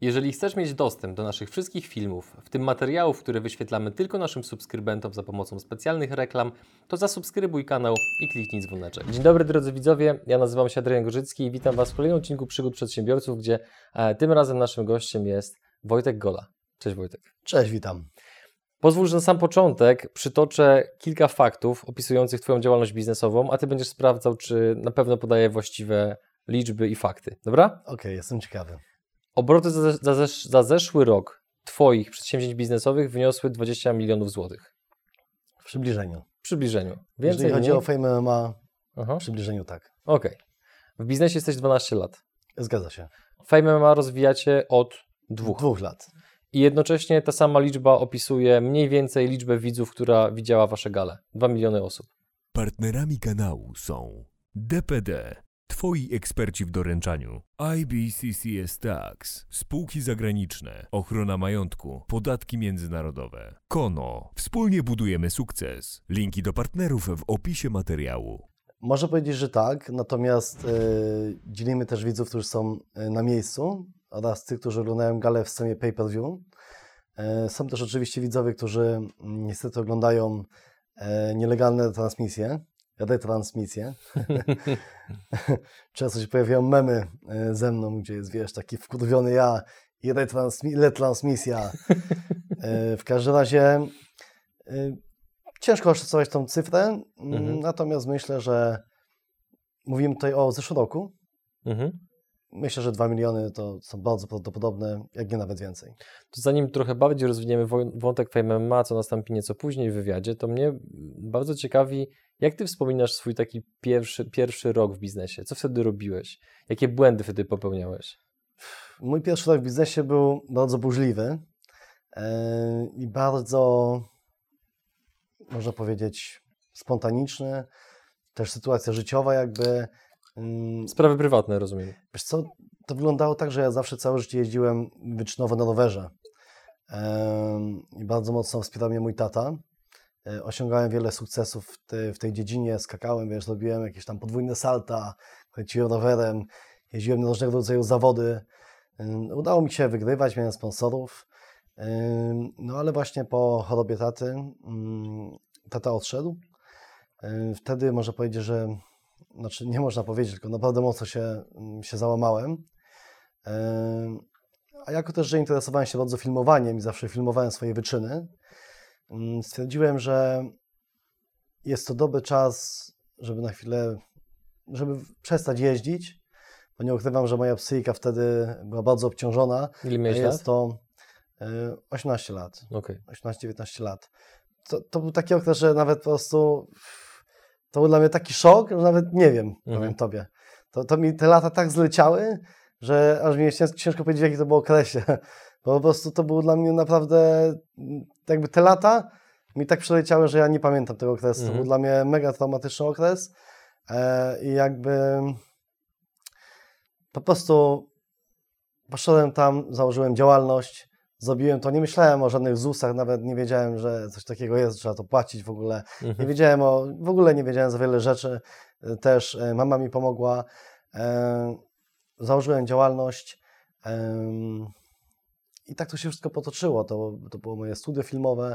Jeżeli chcesz mieć dostęp do naszych wszystkich filmów, w tym materiałów, które wyświetlamy tylko naszym subskrybentom za pomocą specjalnych reklam, to zasubskrybuj kanał i kliknij dzwoneczek. Dzień dobry drodzy widzowie, ja nazywam się Adrian Gorzycki i witam Was w kolejnym odcinku Przygód Przedsiębiorców, gdzie tym razem naszym gościem jest Wojtek Gola. Cześć Wojtek. Cześć, witam. Pozwól, że na sam początek przytoczę kilka faktów opisujących Twoją działalność biznesową, a Ty będziesz sprawdzał, czy na pewno podaję właściwe liczby i fakty. Dobra? Okej, jestem ciekawy. Obroty za zeszły rok Twoich przedsięwzięć biznesowych wyniosły 20 milionów złotych. W przybliżeniu. W przybliżeniu. Jeżeli chodzi o Fame MMA, w przybliżeniu tak. Okej. W biznesie jesteś 12 lat. Zgadza się. Fame MMA rozwijacie od 2 lat. I jednocześnie ta sama liczba opisuje mniej więcej liczbę widzów, która widziała Wasze gale. 2 miliony osób. Partnerami kanału są DPD, Twoi eksperci w doręczaniu, IBCCS Tax, spółki zagraniczne, ochrona majątku, podatki międzynarodowe, Kono, wspólnie budujemy sukces. Linki do partnerów w opisie materiału. Można powiedzieć, że tak, natomiast dzielimy też widzów, którzy są na miejscu oraz tych, którzy oglądają galę w systemie pay-per-view. Są też oczywiście widzowie, którzy niestety oglądają nielegalne transmisje, retransmisje. Często się pojawiają memy ze mną, gdzie jest, wiesz, taki wkurwiony ja i retransmisja. W każdym razie ciężko oszacować tą cyfrę, natomiast myślę, że mówimy tutaj o zeszłym roku. Myślę, że 2 miliony to są bardzo prawdopodobne, jak nie nawet więcej. To zanim trochę bardziej rozwiniemy wątek Fame MMA, co nastąpi nieco później w wywiadzie, to mnie bardzo ciekawi, jak Ty wspominasz swój taki pierwszy rok w biznesie? Co wtedy robiłeś? Jakie błędy wtedy popełniałeś? Mój pierwszy rok w biznesie był bardzo burzliwy i bardzo, można powiedzieć, spontaniczny. Też sytuacja życiowa jakby. Sprawy prywatne, rozumiem. Wiesz co, to wyglądało tak, że ja zawsze całe życie jeździłem wyczynowo na rowerze i bardzo mocno wspierał mnie mój tata. Osiągałem wiele sukcesów w tej dziedzinie, skakałem, wiesz, robiłem jakieś tam podwójne salta, kręciłem rowerem, jeździłem na różnego rodzaju zawody. Udało mi się wygrywać, miałem sponsorów, no ale właśnie po chorobie taty, tata odszedł. Wtedy można powiedzieć, że znaczy nie można powiedzieć, tylko naprawdę mocno się załamałem. A jako też, że interesowałem się bardzo filmowaniem i zawsze filmowałem swoje wyczyny, stwierdziłem, że jest to dobry czas, żeby na chwilę, żeby przestać jeździć, bo nie ukrywam, że moja psychika wtedy była bardzo obciążona. Ile miałeś lat? Jest to 18 lat, Okay. 18-19 lat. To był taki okres, że nawet po prostu to był dla mnie taki szok, że nawet nie wiem, powiem Tobie. To mi te lata tak zleciały, że aż mi jest ciężko powiedzieć, jaki to był okresie. Bo po prostu to było dla mnie naprawdę, jakby te lata mi tak przeleciały, że ja nie pamiętam tego okresu. To był dla mnie mega traumatyczny okres i jakby po prostu poszedłem tam, założyłem działalność, zrobiłem to, nie myślałem o żadnych ZUS-ach, nawet nie wiedziałem, że coś takiego jest, trzeba to płacić w ogóle. Nie wiedziałem w ogóle nie wiedziałem za wiele rzeczy. Też mama mi pomogła. Założyłem działalność i tak to się wszystko potoczyło. To było moje studio filmowe.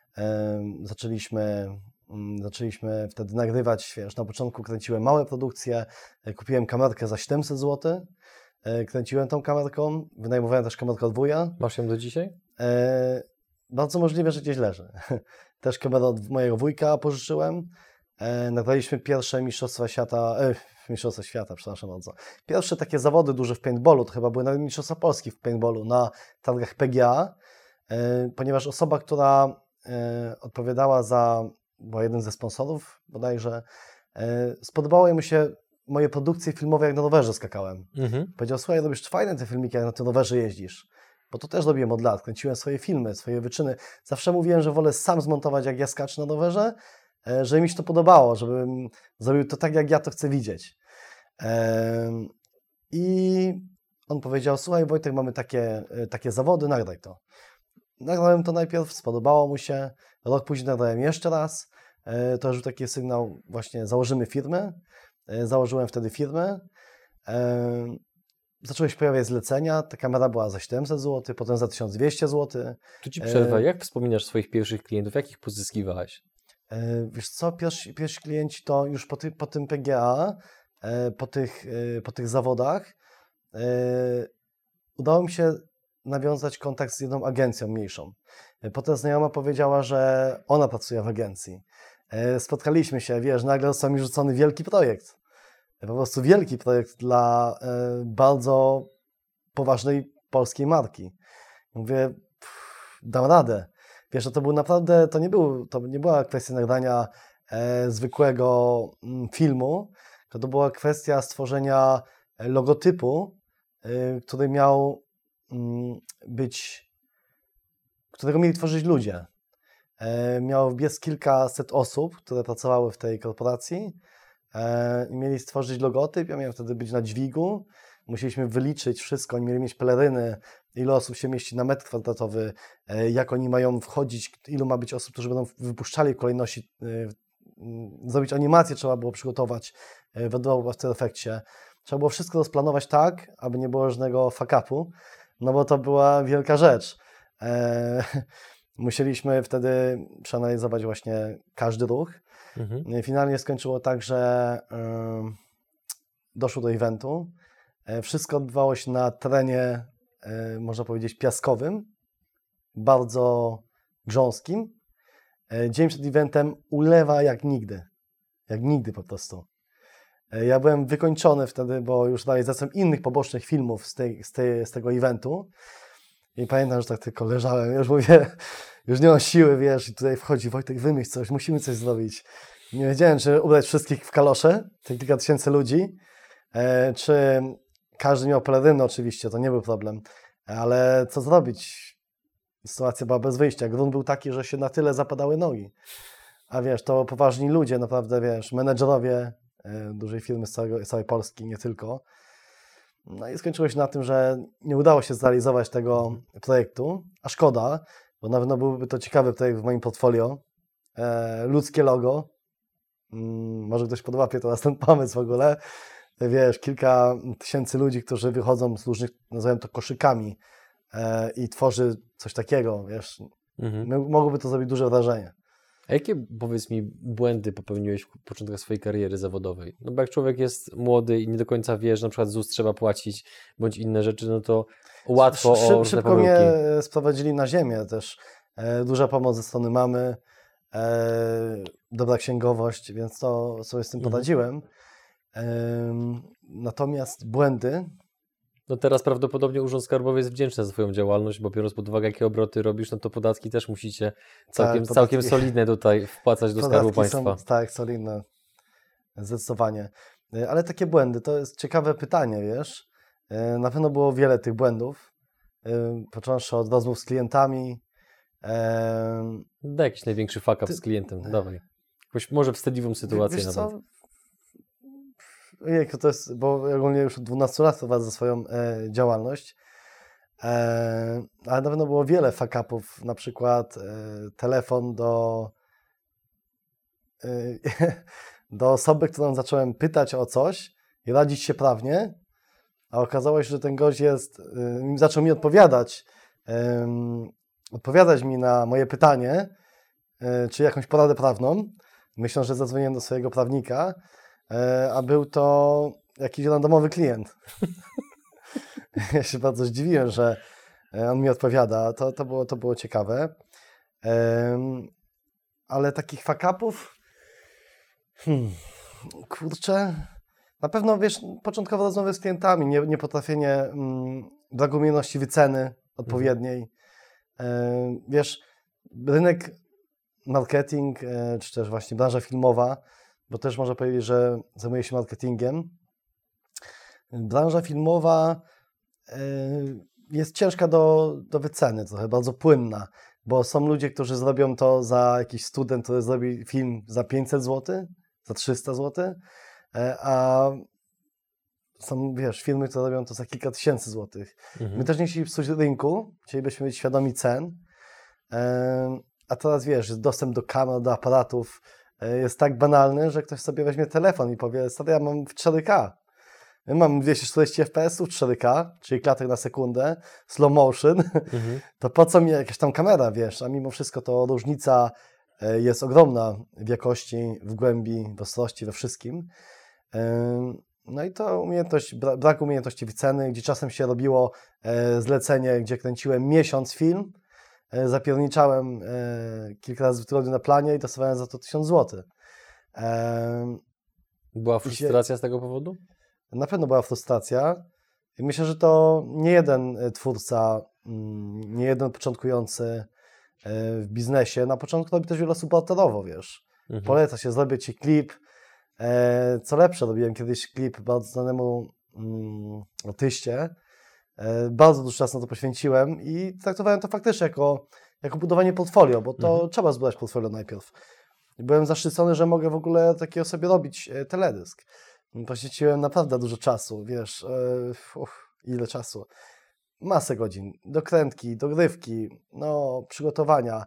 Zaczęliśmy wtedy nagrywać, wiesz, na początku kręciłem małe produkcje, kupiłem kamerkę za 700 zł. Kręciłem tą kamerką, wynajmowałem też kamerkę od wuja. Masz ją do dzisiaj? Bardzo możliwe, że gdzieś leży. Też kamerę od mojego wujka pożyczyłem. Nagraliśmy pierwsze mistrzostwa świata, przepraszam bardzo. Pierwsze takie zawody duże w paintballu, to chyba były nawet mistrzostwa Polski w paintballu na targach PGA, ponieważ osoba, która odpowiadała była jeden ze sponsorów bodajże, spodobało mu się moje produkcje filmowe, jak na rowerze skakałem. Powiedział, słuchaj, robisz fajne te filmiki, jak na tym rowerze jeździsz. Bo to też robiłem od lat, kręciłem swoje filmy, swoje wyczyny. Zawsze mówiłem, że wolę sam zmontować, jak ja skaczę na rowerze, żeby mi się to podobało, żebym zrobił to tak, jak ja to chcę widzieć. I on powiedział, słuchaj Wojtek, mamy takie zawody, nagraj to. Nagrałem to najpierw, spodobało mu się, rok później nagrałem jeszcze raz. To już był taki sygnał, właśnie założymy firmę. Założyłem wtedy firmę. zaczęły się pojawiać zlecenia, ta kamera była za 700 zł, potem za 1200 zł. Tu ci przerwę, jak wspominasz swoich pierwszych klientów, jakich pozyskiwałeś? Wiesz co, pierwsi klienci to już po tym PGA, po tych zawodach udało mi się nawiązać kontakt z jedną agencją mniejszą. Potem znajoma powiedziała, że ona pracuje w agencji. Spotkaliśmy się, wiesz, nagle został mi rzucony wielki projekt. Po prostu wielki projekt dla bardzo poważnej polskiej marki. Mówię, dam radę. Wiesz, że to był naprawdę, to nie była kwestia nagrania zwykłego filmu, to była kwestia stworzenia logotypu, który miał którego mieli tworzyć ludzie. Miało wbiec kilkaset osób, które pracowały w tej korporacji i mieli stworzyć logotyp. Ja miałem wtedy być na dźwigu. Musieliśmy wyliczyć wszystko. Oni mieli mieć peleryny, ile osób się mieści na metr kwadratowy, jak oni mają wchodzić, ilu ma być osób, którzy będą wypuszczali w kolejności. Zrobić animację trzeba było przygotować w After Effectsie. Trzeba było wszystko rozplanować tak, aby nie było żadnego fuck-upu, no bo to była wielka rzecz. Musieliśmy wtedy przeanalizować właśnie każdy ruch. Finalnie skończyło tak, że doszło do eventu. Wszystko odbywało się na terenie, można powiedzieć, piaskowym, bardzo grząskim. Dzień przed eventem ulewa jak nigdy po prostu. Ja byłem wykończony wtedy, bo już realizacją innych pobocznych filmów z tego eventu i pamiętam, że tak tylko leżałem, już mówię, już nie mam siły, wiesz, i tutaj wchodzi Wojtek, wymyśl coś, musimy coś zrobić. Nie wiedziałem, czy ubrać wszystkich w kalosze, tych kilka tysięcy ludzi, czy każdy miał pelerynę oczywiście, to nie był problem, ale co zrobić? Sytuacja była bez wyjścia, grunt był taki, że się na tyle zapadały nogi. A wiesz, to poważni ludzie, naprawdę, wiesz, menedżerowie dużej firmy z całej Polski, nie tylko. No i skończyło się na tym, że nie udało się zrealizować tego projektu, a szkoda, bo na pewno byłby to ciekawy projekt w moim portfolio. Ludzkie logo. Może ktoś podłapie teraz ten pomysł w ogóle. Wiesz, kilka tysięcy ludzi, którzy wychodzą z różnych, nazywam to koszykami i tworzy coś takiego, wiesz. Mogłoby to zrobić duże wrażenie. A jakie, powiedz mi, błędy popełniłeś w początkach swojej kariery zawodowej? No bo jak człowiek jest młody i nie do końca wie, że na przykład ZUS trzeba płacić, bądź inne rzeczy, no to łatwo o różne Szybko pomyłki. mnie sprowadzili na ziemię też. Duża pomoc ze strony mamy, dobra księgowość, więc to sobie z tym poradziłem. Natomiast błędy... No teraz prawdopodobnie Urząd Skarbowy jest wdzięczny za Twoją działalność, bo biorąc pod uwagę, jakie obroty robisz, no to podatki też musicie całkiem solidne tutaj wpłacać do Skarbu Państwa. Są, tak, solidne, zdecydowanie. Ale takie błędy, to jest ciekawe pytanie, wiesz. Na pewno było wiele tych błędów, począwszy od rozmów z klientami. Daj jakiś największy fuck up z klientem, dawaj. Jakąś może wstydliwą sytuację wiesz nawet. Co? To jest, bo ogólnie już od 12 lat prowadzę swoją działalność, ale na pewno było wiele fuck-upów, na przykład telefon do osoby, którą zacząłem pytać o coś i radzić się prawnie, a okazało się, że ten gość zaczął mi odpowiadać mi na moje pytanie, czy jakąś poradę prawną, myśląc, że zadzwoniłem do swojego prawnika, a był to jakiś randomowy klient. Ja się bardzo zdziwiłem, że on mi odpowiada. To było ciekawe. Ale takich fuck-upów, kurczę, na pewno, wiesz, początkowo rozmowy z klientami, niepotrafienie braku umiejętności wyceny odpowiedniej. Wiesz, rynek, marketing, czy też właśnie branża filmowa, bo też można powiedzieć, że zajmuję się marketingiem. Branża filmowa jest ciężka do wyceny, trochę bardzo płynna, bo są ludzie, którzy zrobią to za jakiś student, który zrobi film za 500 zł, za 300 zł, a są, wiesz, firmy, które robią to za kilka tysięcy złotych. My też nie chcieliśmy psuć rynku, chcielibyśmy być świadomi cen, a teraz, wiesz, jest dostęp do kamer, do aparatów, jest tak banalny, że ktoś sobie weźmie telefon i powie, stary, ja mam w 4K. mam 240 fps, 4K, czyli klatek na sekundę, slow motion, to po co mi jakaś tam kamera, wiesz, a mimo wszystko to różnica jest ogromna w jakości, w głębi, w ostrości, we wszystkim. No i to brak umiejętności wyceny, gdzie czasem się robiło zlecenie, gdzie kręciłem miesiąc film, zapierniczałem kilka razy w tygodniu na planie i dostawałem za to 1000 zł. Była frustracja z tego powodu? Na pewno była frustracja. Myślę, że to nie jeden twórca, nie jeden początkujący w biznesie. Na początku robi też wiele osób portalowo, wiesz. Poleca się, zrobię ci klip. Co lepsze, robiłem kiedyś klip bardzo znanemu artyście. Bardzo dużo czasu na to poświęciłem i traktowałem to faktycznie jako budowanie portfolio, bo to trzeba zbudować portfolio najpierw. I byłem zaszczycony, że mogę w ogóle takiego sobie robić teledysk. Poświęciłem naprawdę dużo czasu, wiesz, ile czasu. Masę godzin, dokrętki, dogrywki, no, przygotowania.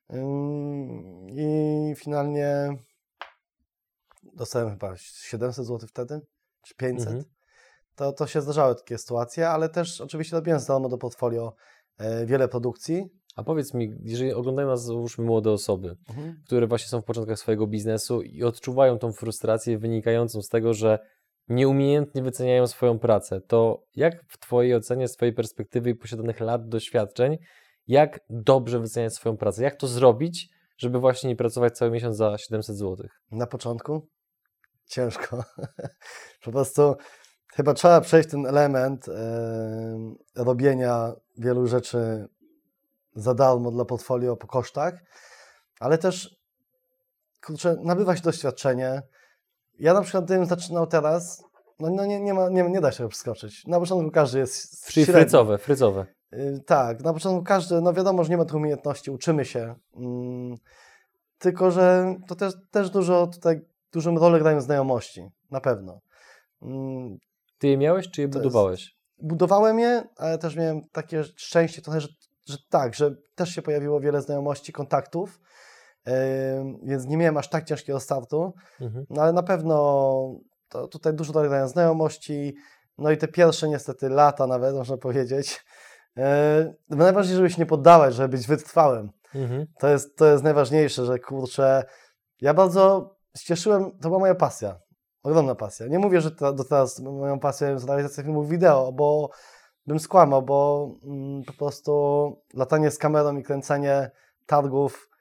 I finalnie dostałem chyba 700 zł wtedy, czy 500. To się zdarzały takie sytuacje, ale też oczywiście robiłem zdalnie do portfolio wiele produkcji. A powiedz mi, jeżeli oglądają nas, załóżmy, młode osoby, które właśnie są w początkach swojego biznesu i odczuwają tą frustrację wynikającą z tego, że nieumiejętnie wyceniają swoją pracę, to jak w Twojej ocenie, z Twojej perspektywy i posiadanych lat doświadczeń, jak dobrze wyceniać swoją pracę? Jak to zrobić, żeby właśnie nie pracować cały miesiąc za 700 zł? Na początku? Ciężko. Po prostu chyba trzeba przejść ten element robienia wielu rzeczy za darmo dla portfolio po kosztach, ale też, kurczę, nabywa się doświadczenie. Ja na przykład, gdybym zaczynał teraz, nie da się tego przeskoczyć. Na początku każdy jest Czyli średni. fryzowe. Tak, na początku każdy, no wiadomo, że nie ma tych umiejętności, uczymy się. Tylko że to też dużą rolę grają znajomości, na pewno. Ty je miałeś, czy je budowałeś? Budowałem je, ale też miałem takie szczęście trochę, że też się pojawiło wiele znajomości, kontaktów, więc nie miałem aż tak ciężkiego startu, no ale na pewno to tutaj dużo grają znajomości, no i te pierwsze niestety lata nawet, można powiedzieć. Najważniejsze, żeby się nie poddawać, żeby być wytrwałym. To jest najważniejsze, że kurczę, ja bardzo się cieszyłem, to była moja pasja, ogromna pasja. Nie mówię, że teraz moją pasją jest realizacja filmów wideo, bo bym skłamał, bo po prostu latanie z kamerą i kręcenie targów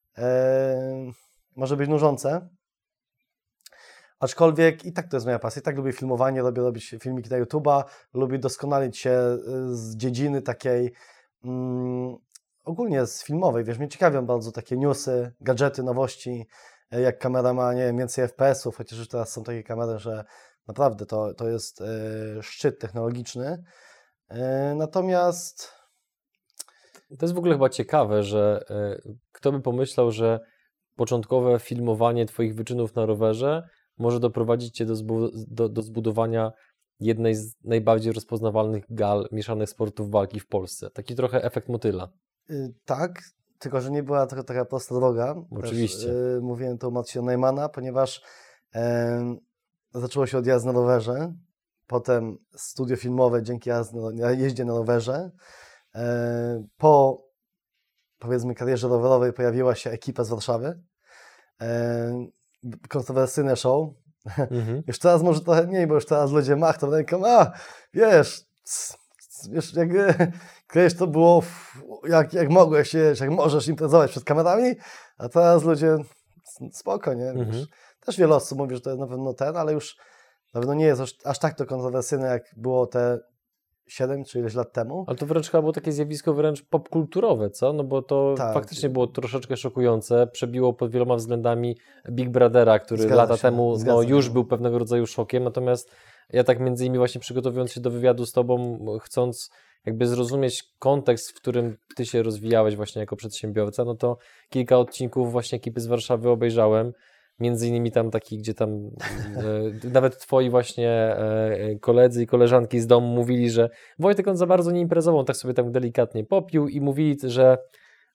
może być nużące. Aczkolwiek i tak to jest moja pasja, i tak lubię filmowanie, lubię robić filmiki na YouTube'a, lubię doskonalić się z dziedziny takiej ogólnie z filmowej, wiesz, mnie ciekawią bardzo takie newsy, gadżety, nowości, jak kamera ma, nie wiem, więcej FPS-ów, chociaż już teraz są takie kamery, że naprawdę to jest szczyt technologiczny. Natomiast to jest w ogóle chyba ciekawe, że kto by pomyślał, że początkowe filmowanie Twoich wyczynów na rowerze może doprowadzić Cię do zbudowania jednej z najbardziej rozpoznawalnych gal mieszanych sportów walki w Polsce. Taki trochę efekt motyla. Tak, tylko że nie była to taka prosta droga. Oczywiście. Też, mówiłem to u Marcina Najmana, ponieważ zaczęło się od jazdy na rowerze, potem studio filmowe dzięki jeździe na rowerze. Po, powiedzmy, karierze rowerowej pojawiła się ekipa z Warszawy. Kontrowersyjne show. Już teraz może trochę mniej, bo już teraz ludzie machną ręką, wiesz, jak kiedyś to było, jak mogłeś, jak możesz imprezować przed kamerami, a teraz ludzie spoko, nie? Też wiele osób mówi, że to jest na pewno ale już na pewno nie jest aż tak to kontrowersyjne, jak było te 7 czy ileś lat temu. Ale to wręcz chyba było takie zjawisko wręcz popkulturowe, co? No bo to faktycznie było troszeczkę szokujące. Przebiło pod wieloma względami Big Brothera, który lata temu już był pewnego rodzaju szokiem. Natomiast ja tak między innymi właśnie przygotowując się do wywiadu z Tobą, chcąc jakby zrozumieć kontekst, w którym Ty się rozwijałeś właśnie jako przedsiębiorca, no to kilka odcinków właśnie ekipy z Warszawy obejrzałem. Między innymi tam taki, gdzie tam nawet Twoi właśnie koledzy i koleżanki z domu mówili, że Wojtek on za bardzo nie imprezował, on tak sobie tam delikatnie popił i mówili, że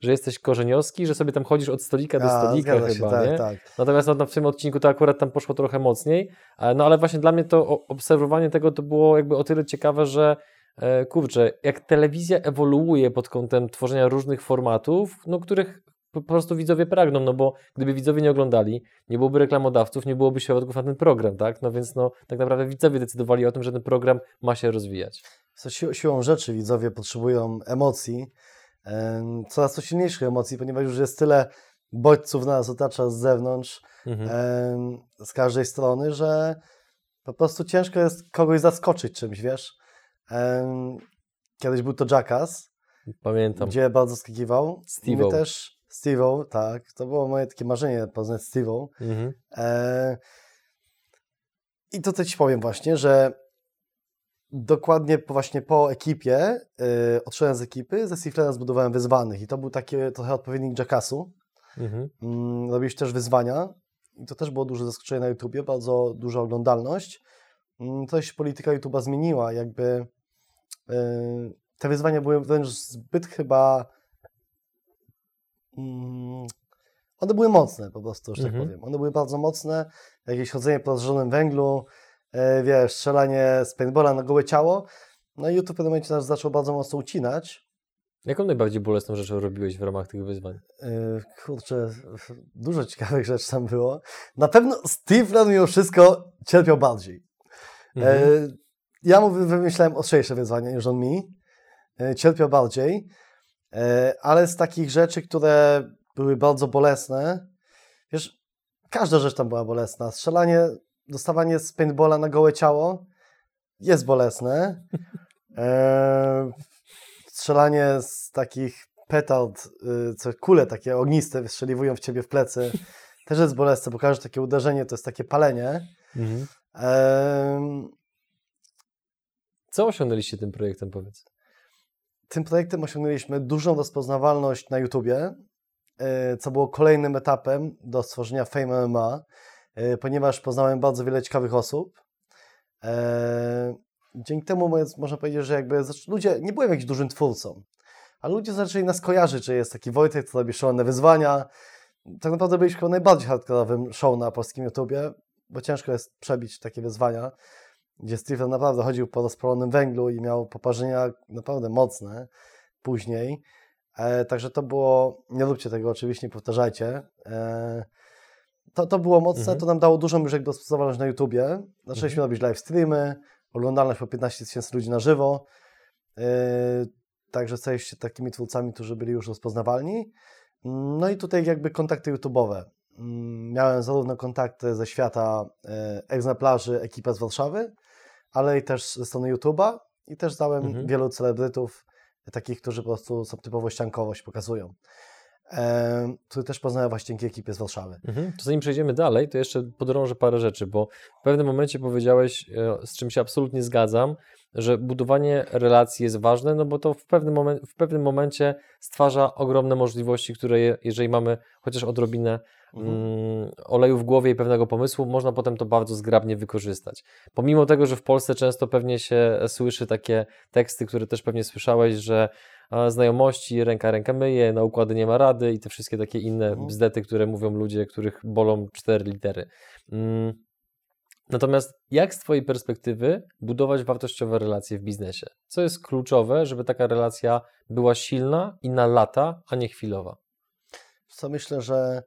że jesteś korzeniowski, że sobie tam chodzisz od stolika do stolika zgadza się, chyba, tak, nie? tak. Natomiast no, w tym odcinku to akurat tam poszło trochę mocniej, no ale właśnie dla mnie to obserwowanie tego to było jakby o tyle ciekawe, że kurczę, jak telewizja ewoluuje pod kątem tworzenia różnych formatów, no których po prostu widzowie pragną, no bo gdyby widzowie nie oglądali, nie byłoby reklamodawców, nie byłoby środków na ten program, tak? No więc no tak naprawdę widzowie decydowali o tym, że ten program ma się rozwijać. Siłą rzeczy widzowie potrzebują emocji, coraz to silniejszych emocji, ponieważ już jest tyle bodźców nas otacza z zewnątrz, z każdej strony, że po prostu ciężko jest kogoś zaskoczyć czymś, wiesz. Kiedyś był to Jackass, Pamiętam. gdzie bardzo skakiwał. Steve-O. My też Steve-O, tak. To było moje takie marzenie, poznać Steve-O. I tutaj ci powiem właśnie, że dokładnie właśnie po ekipie, odszedłem z ekipy, ze Stiflera zbudowałem Wyzwanych i to był taki trochę odpowiednik Jackassu. Robiliśmy też wyzwania i to też było duże zaskoczenie na YouTubie, bardzo duża oglądalność. Coś polityka YouTube'a zmieniła, jakby te wyzwania były wręcz zbyt chyba one były mocne po prostu, że tak powiem. One były bardzo mocne, jakieś chodzenie po rozżarzonym węglu, wiesz, strzelanie z paintballa na gołe ciało. No i YouTube w pewnym momencie nas zaczął bardzo mocno ucinać. Jaką najbardziej bolesną rzeczą robiłeś w ramach tych wyzwań? Kurczę, dużo ciekawych rzeczy tam było. Na pewno Stifler mimo wszystko cierpiał bardziej. Ja mu wymyślałem ostrzejsze wyzwania niż on mi. Cierpiał bardziej. Ale z takich rzeczy, które były bardzo bolesne, wiesz, każda rzecz tam była bolesna. Strzelanie, dostawanie z paintballa na gołe ciało jest bolesne. Strzelanie z takich petard, co kule takie ogniste wystrzeliwują w ciebie w plecy, też jest bolesne, bo każde takie uderzenie to jest takie palenie. Co osiągnęliście tym projektem, powiedz? Tym projektem osiągnęliśmy dużą rozpoznawalność na YouTubie, co było kolejnym etapem do stworzenia Fame MMA, ponieważ poznałem bardzo wiele ciekawych osób. Dzięki temu można powiedzieć, że jakby ludzie, nie byłem jakimś dużym twórcą, ale ludzie zaczęli nas kojarzyć, że jest taki Wojtek, co robi szalone wyzwania. Tak naprawdę byliśmy chyba najbardziej hardkorowym show na polskim YouTubie, bo ciężko jest przebić takie wyzwania, gdzie Steve naprawdę chodził po rozpalonym węglu i miał poparzenia naprawdę mocne później. Także to było, nie róbcie tego oczywiście, nie powtarzajcie. To było mocne, to nam dało dużą już jakby rozpoznawalność na YouTubie. Zaczęliśmy robić live streamy, oglądalność po 15 000 ludzi na żywo. Także staliśmy się takimi twórcami, którzy byli już rozpoznawalni. No i tutaj jakby kontakty YouTube'owe. Miałem zarówno kontakty ze świata egzemplarzy, ekipa z Warszawy, ale i też ze strony YouTube'a i też znałem wielu celebrytów, takich, którzy po prostu są typowo ściankowość pokazują. Który też poznałem właśnie dzięki ekipie z Warszawy. To zanim przejdziemy dalej, to jeszcze podrążę parę rzeczy, bo w pewnym momencie powiedziałeś, z czym się absolutnie zgadzam, że budowanie relacji jest ważne, no bo to w pewnym momencie stwarza ogromne możliwości, które jeżeli mamy chociaż odrobinę oleju w głowie i pewnego pomysłu, można potem to bardzo zgrabnie wykorzystać. Pomimo tego, że w Polsce często pewnie się słyszy takie teksty, które też pewnie słyszałeś, że znajomości, ręka myje, na układy nie ma rady i te wszystkie takie inne bzdety, które mówią ludzie, których bolą 4 litery. Natomiast jak z Twojej perspektywy budować wartościowe relacje w biznesie? Co jest kluczowe, żeby taka relacja była silna i na lata, a nie chwilowa? Co myślę, że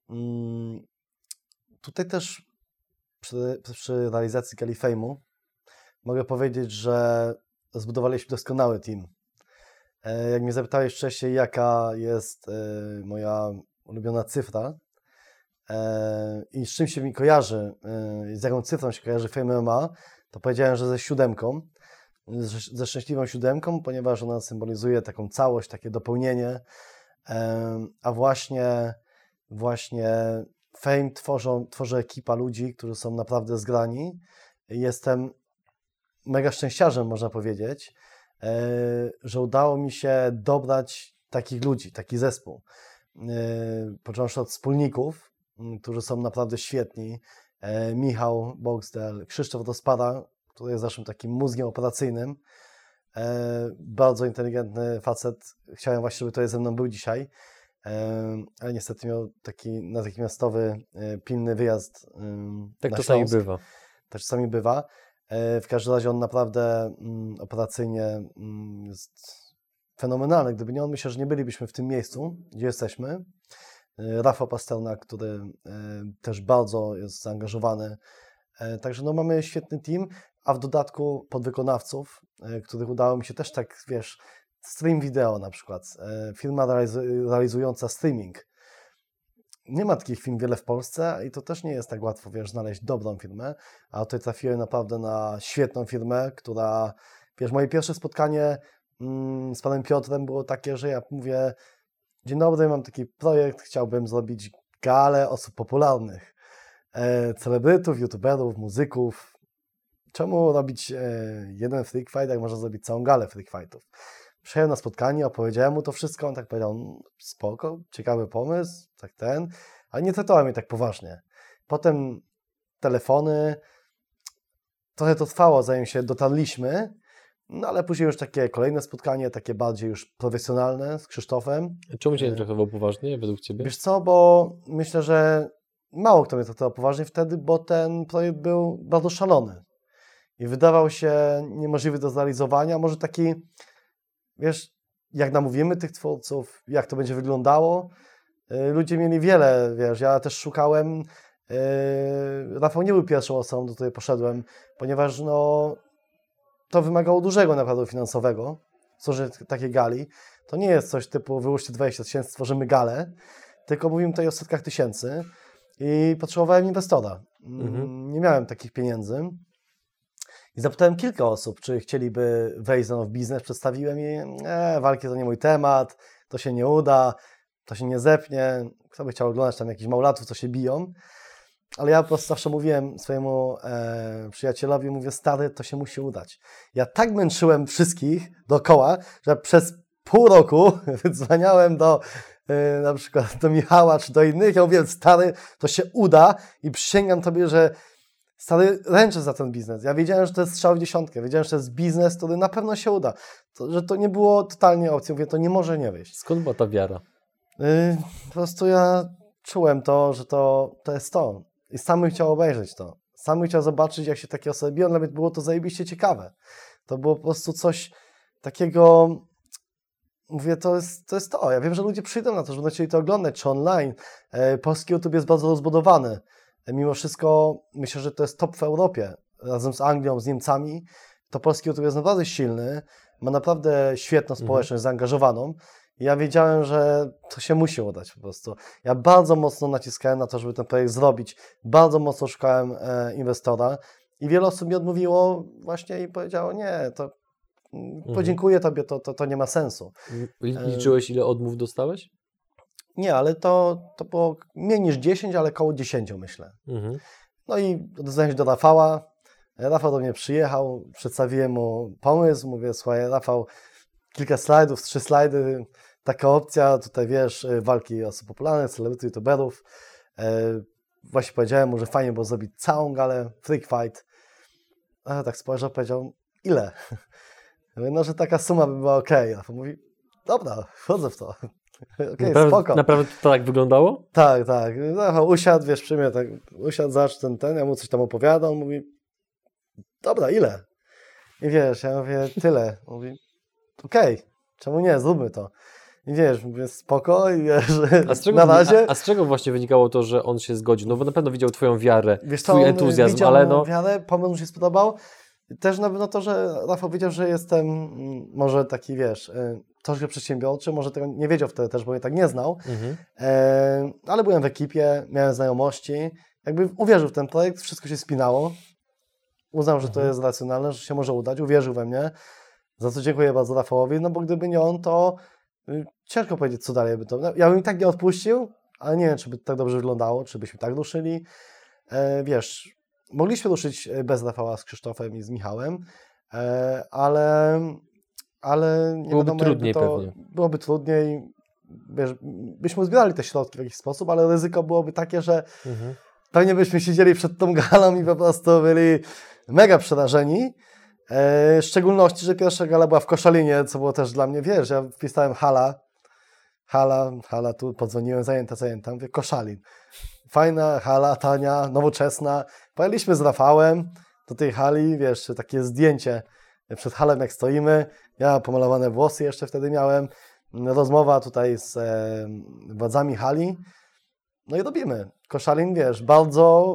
tutaj też przy realizacji Gali Fame'u mogę powiedzieć, że zbudowaliśmy doskonały team. Jak mnie zapytałeś wcześniej, jaka jest moja ulubiona cyfra i z czym się mi kojarzy, z jaką cyfrą się kojarzy Fame MMA, to powiedziałem, że ze 7, ze szczęśliwą 7, ponieważ ona symbolizuje taką całość, takie dopełnienie, a właśnie Fame tworzy ekipa ludzi, którzy są naprawdę zgrani. Jestem mega szczęściarzem, można powiedzieć, że udało mi się dobrać takich ludzi, taki zespół. Począwszy od wspólników, którzy są naprawdę świetni. Michał Boxdel, Krzysztof Rozpada, który jest naszym takim mózgiem operacyjnym. Bardzo inteligentny facet. Chciałem właśnie, żeby to ze mną był dzisiaj, ale niestety miał taki natychmiastowy, pilny wyjazd Tak na czasami Śląsk. bywa. Tak czasami bywa. W każdym razie on naprawdę operacyjnie jest fenomenalny. Gdyby nie on, myślę, że nie bylibyśmy w tym miejscu, gdzie jesteśmy. Rafał Pasternak, który też bardzo jest zaangażowany. Także no, mamy świetny team, a w dodatku podwykonawców, których udało mi się też tak, wiesz, stream wideo na przykład, firma realizująca streaming. Nie ma takich firm wiele w Polsce i to też nie jest tak łatwo, wiesz, znaleźć dobrą firmę, a tutaj trafiłem naprawdę na świetną firmę, która, wiesz, moje pierwsze spotkanie z panem Piotrem było takie, że ja mówię: dzień dobry, mam taki projekt, chciałbym zrobić galę osób popularnych, celebrytów, youtuberów, muzyków. Czemu robić jeden freak fight, jak można zrobić całą galę freak fightów? Przyjechałem na spotkanie, opowiedziałem mu to wszystko, on tak powiedział: spoko, ciekawy pomysł, tak ale nie traktowałem mnie tak poważnie. Potem telefony, trochę to trwało, zanim się dotarliśmy, no ale później już takie kolejne spotkanie, takie bardziej już profesjonalne z Krzysztofem. Czemu cię nie traktował poważnie według Ciebie? Wiesz co, bo myślę, że mało kto mnie traktował poważnie wtedy, bo ten projekt był bardzo szalony i wydawał się niemożliwy do zrealizowania. Może taki, wiesz, jak namówimy tych twórców, jak to będzie wyglądało. Ludzie mieli wiele, wiesz, ja też szukałem. Rafał nie był pierwszą osobą, do której poszedłem, ponieważ no, to wymagało dużego nakładu finansowego, stworzenie takiej gali. To nie jest coś typu wyłóżcie 20 000, stworzymy galę, tylko mówimy tutaj o setkach tysięcy i potrzebowałem inwestora. Nie miałem takich pieniędzy. I zapytałem kilka osób, czy chcieliby wejść ze mną w biznes. Przedstawiłem jej: walki to nie mój temat, to się nie uda, to się nie zepnie. Kto by chciał oglądać tam jakichś małolatów, co się biją? Ale ja po prostu zawsze mówiłem swojemu przyjacielowi, mówię: stary, to się musi udać. Ja tak męczyłem wszystkich dookoła, że przez pół roku dzwoniałem na przykład do Michała czy do innych. Ja mówię: stary, to się uda i przysięgam tobie, że stary, ręczę za ten biznes. Ja wiedziałem, że to jest strzał w dziesiątkę. Wiedziałem, że to jest biznes, który na pewno się uda. Że to nie było totalnie opcji. Mówię: to nie może nie wyjść. Skąd była ta wiara? Po prostu ja czułem to, że to jest to. I sam bym chciał obejrzeć to. Sam bym chciał zobaczyć, jak się takie osoby biją. Nawet było to zajebiście ciekawe. To było po prostu coś takiego. Mówię, to jest to. Ja wiem, że ludzie przyjdą na to, że będą chcieli to oglądać, czy online. Polski YouTube jest bardzo rozbudowany. Mimo wszystko myślę, że to jest top w Europie. Razem z Anglią, z Niemcami. To polski YouTube jest naprawdę silny. Ma naprawdę świetną społeczność, zaangażowaną. I ja wiedziałem, że to się musi udać po prostu. Ja bardzo mocno naciskałem na to, żeby ten projekt zrobić. Bardzo mocno szukałem inwestora. I wiele osób mi odmówiło właśnie i powiedziało: nie, to podziękuję tobie, to nie ma sensu. Liczyłeś, ile odmów dostałeś? Nie, ale to było mniej niż 10, ale koło 10, myślę. No i odezwałem się do Rafała. Rafał do mnie przyjechał, przedstawiłem mu pomysł. Mówię: słuchaj, Rafał, kilka slajdów, 3 slajdy, taka opcja, tutaj wiesz, walki osób popularnych, celebrytów, youtuberów. Właśnie powiedziałem mu, że fajnie było zrobić całą galę, freak fight. A tak spojrzał, powiedział: ile? Mówię: no, że taka suma by była okej. Rafał mówi: dobra, wchodzę w to. Okej, spoko. Naprawdę to tak wyglądało? Tak. Rafał usiadł, wiesz, przy mnie tak, usiadł, zacznę ja mu coś tam opowiadał, on mówi: dobra, ile? I wiesz, ja mówię: tyle. Mówi: okej, czemu nie, zróbmy to. I wiesz, mówię: spoko, i wiesz, na razie. A z czego właśnie wynikało to, że on się zgodził? No bo na pewno widział twoją wiarę, wiesz, twój entuzjazm, widział ale no... wiarę, pomysł mu się spodobał. Też na pewno to, że Rafał wiedział, że jestem może taki, wiesz, troszkę przedsiębiorczy, może tego nie wiedział wtedy też, bo mnie tak nie znał, ale byłem w ekipie, miałem znajomości, jakby uwierzył w ten projekt, wszystko się spinało, uznał, że to jest racjonalne, że się może udać, uwierzył we mnie, za co dziękuję bardzo Rafałowi, no bo gdyby nie on, to ciężko powiedzieć, co dalej by to... Ja bym i tak nie odpuścił, ale nie wiem, czy by to tak dobrze wyglądało, czy byśmy tak ruszyli. Wiesz, mogliśmy ruszyć bez Rafała z Krzysztofem i z Michałem, ale nie byłoby wiadomo, trudniej pewnie. Byłoby trudniej, wiesz, byśmy zbierali te środki w jakiś sposób, ale ryzyko byłoby takie, że pewnie byśmy siedzieli przed tą galą i po prostu byli mega przerażeni. W szczególności, że pierwsza gala była w Koszalinie, co było też dla mnie, wiesz, ja wpisałem hala, tu podzwoniłem, zajęta, mówię Koszalin. Fajna hala, tania, nowoczesna. Pojechaliśmy z Rafałem do tej hali, wiesz, takie zdjęcie przed halem, jak stoimy. Ja pomalowane włosy jeszcze wtedy miałem. Rozmowa tutaj z władzami hali. No i robimy. Koszalin, wiesz, bardzo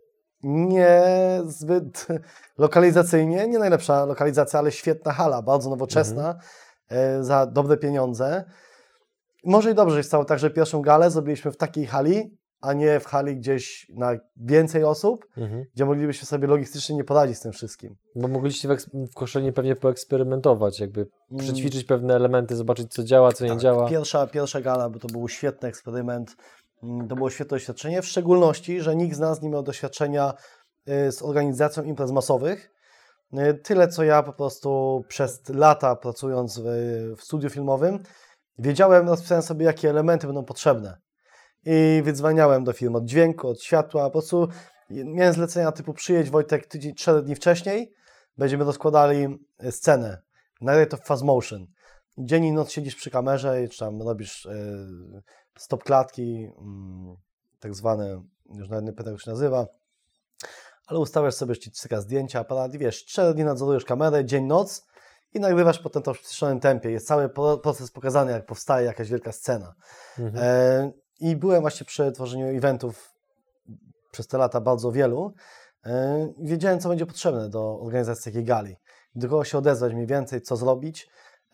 niezbyt lokalizacyjnie, nie najlepsza lokalizacja, ale świetna hala, bardzo nowoczesna, za dobre pieniądze. Może i dobrze, że stało tak, że pierwszą galę zrobiliśmy w takiej hali, a nie w hali gdzieś na więcej osób, gdzie moglibyśmy sobie logistycznie nie poradzić z tym wszystkim. Bo mogliście w Koszalinie pewnie poeksperymentować, jakby przećwiczyć pewne elementy, zobaczyć co działa, co nie działa. Pierwsza gala, bo to był świetny eksperyment, to było świetne doświadczenie, w szczególności, że nikt z nas nie miał doświadczenia z organizacją imprez masowych. Tyle, co ja po prostu przez lata pracując w studiu filmowym, wiedziałem, rozpisałem sobie, jakie elementy będą potrzebne. I wydzwaniałem do firm od dźwięku, od światła, po prostu miałem zlecenia typu przyjedź Wojtek 4 dni wcześniej, będziemy rozkładali scenę. Nagraj to w fast motion. Dzień i noc siedzisz przy kamerze i czy tam robisz stop klatki, tak zwane, już nawet nie pamiętam jak się nazywa, ale ustawiasz sobie ściska zdjęcia, aparat i wiesz, 4 dni nadzorujesz kamerę, dzień, noc i nagrywasz potem to w przyspieszonym tempie. Jest cały proces pokazany, jak powstaje jakaś wielka scena. I byłem właśnie przy tworzeniu eventów przez te lata bardzo wielu i wiedziałem, co będzie potrzebne do organizacji takiej gali. Do kogo się odezwać mniej więcej, co zrobić.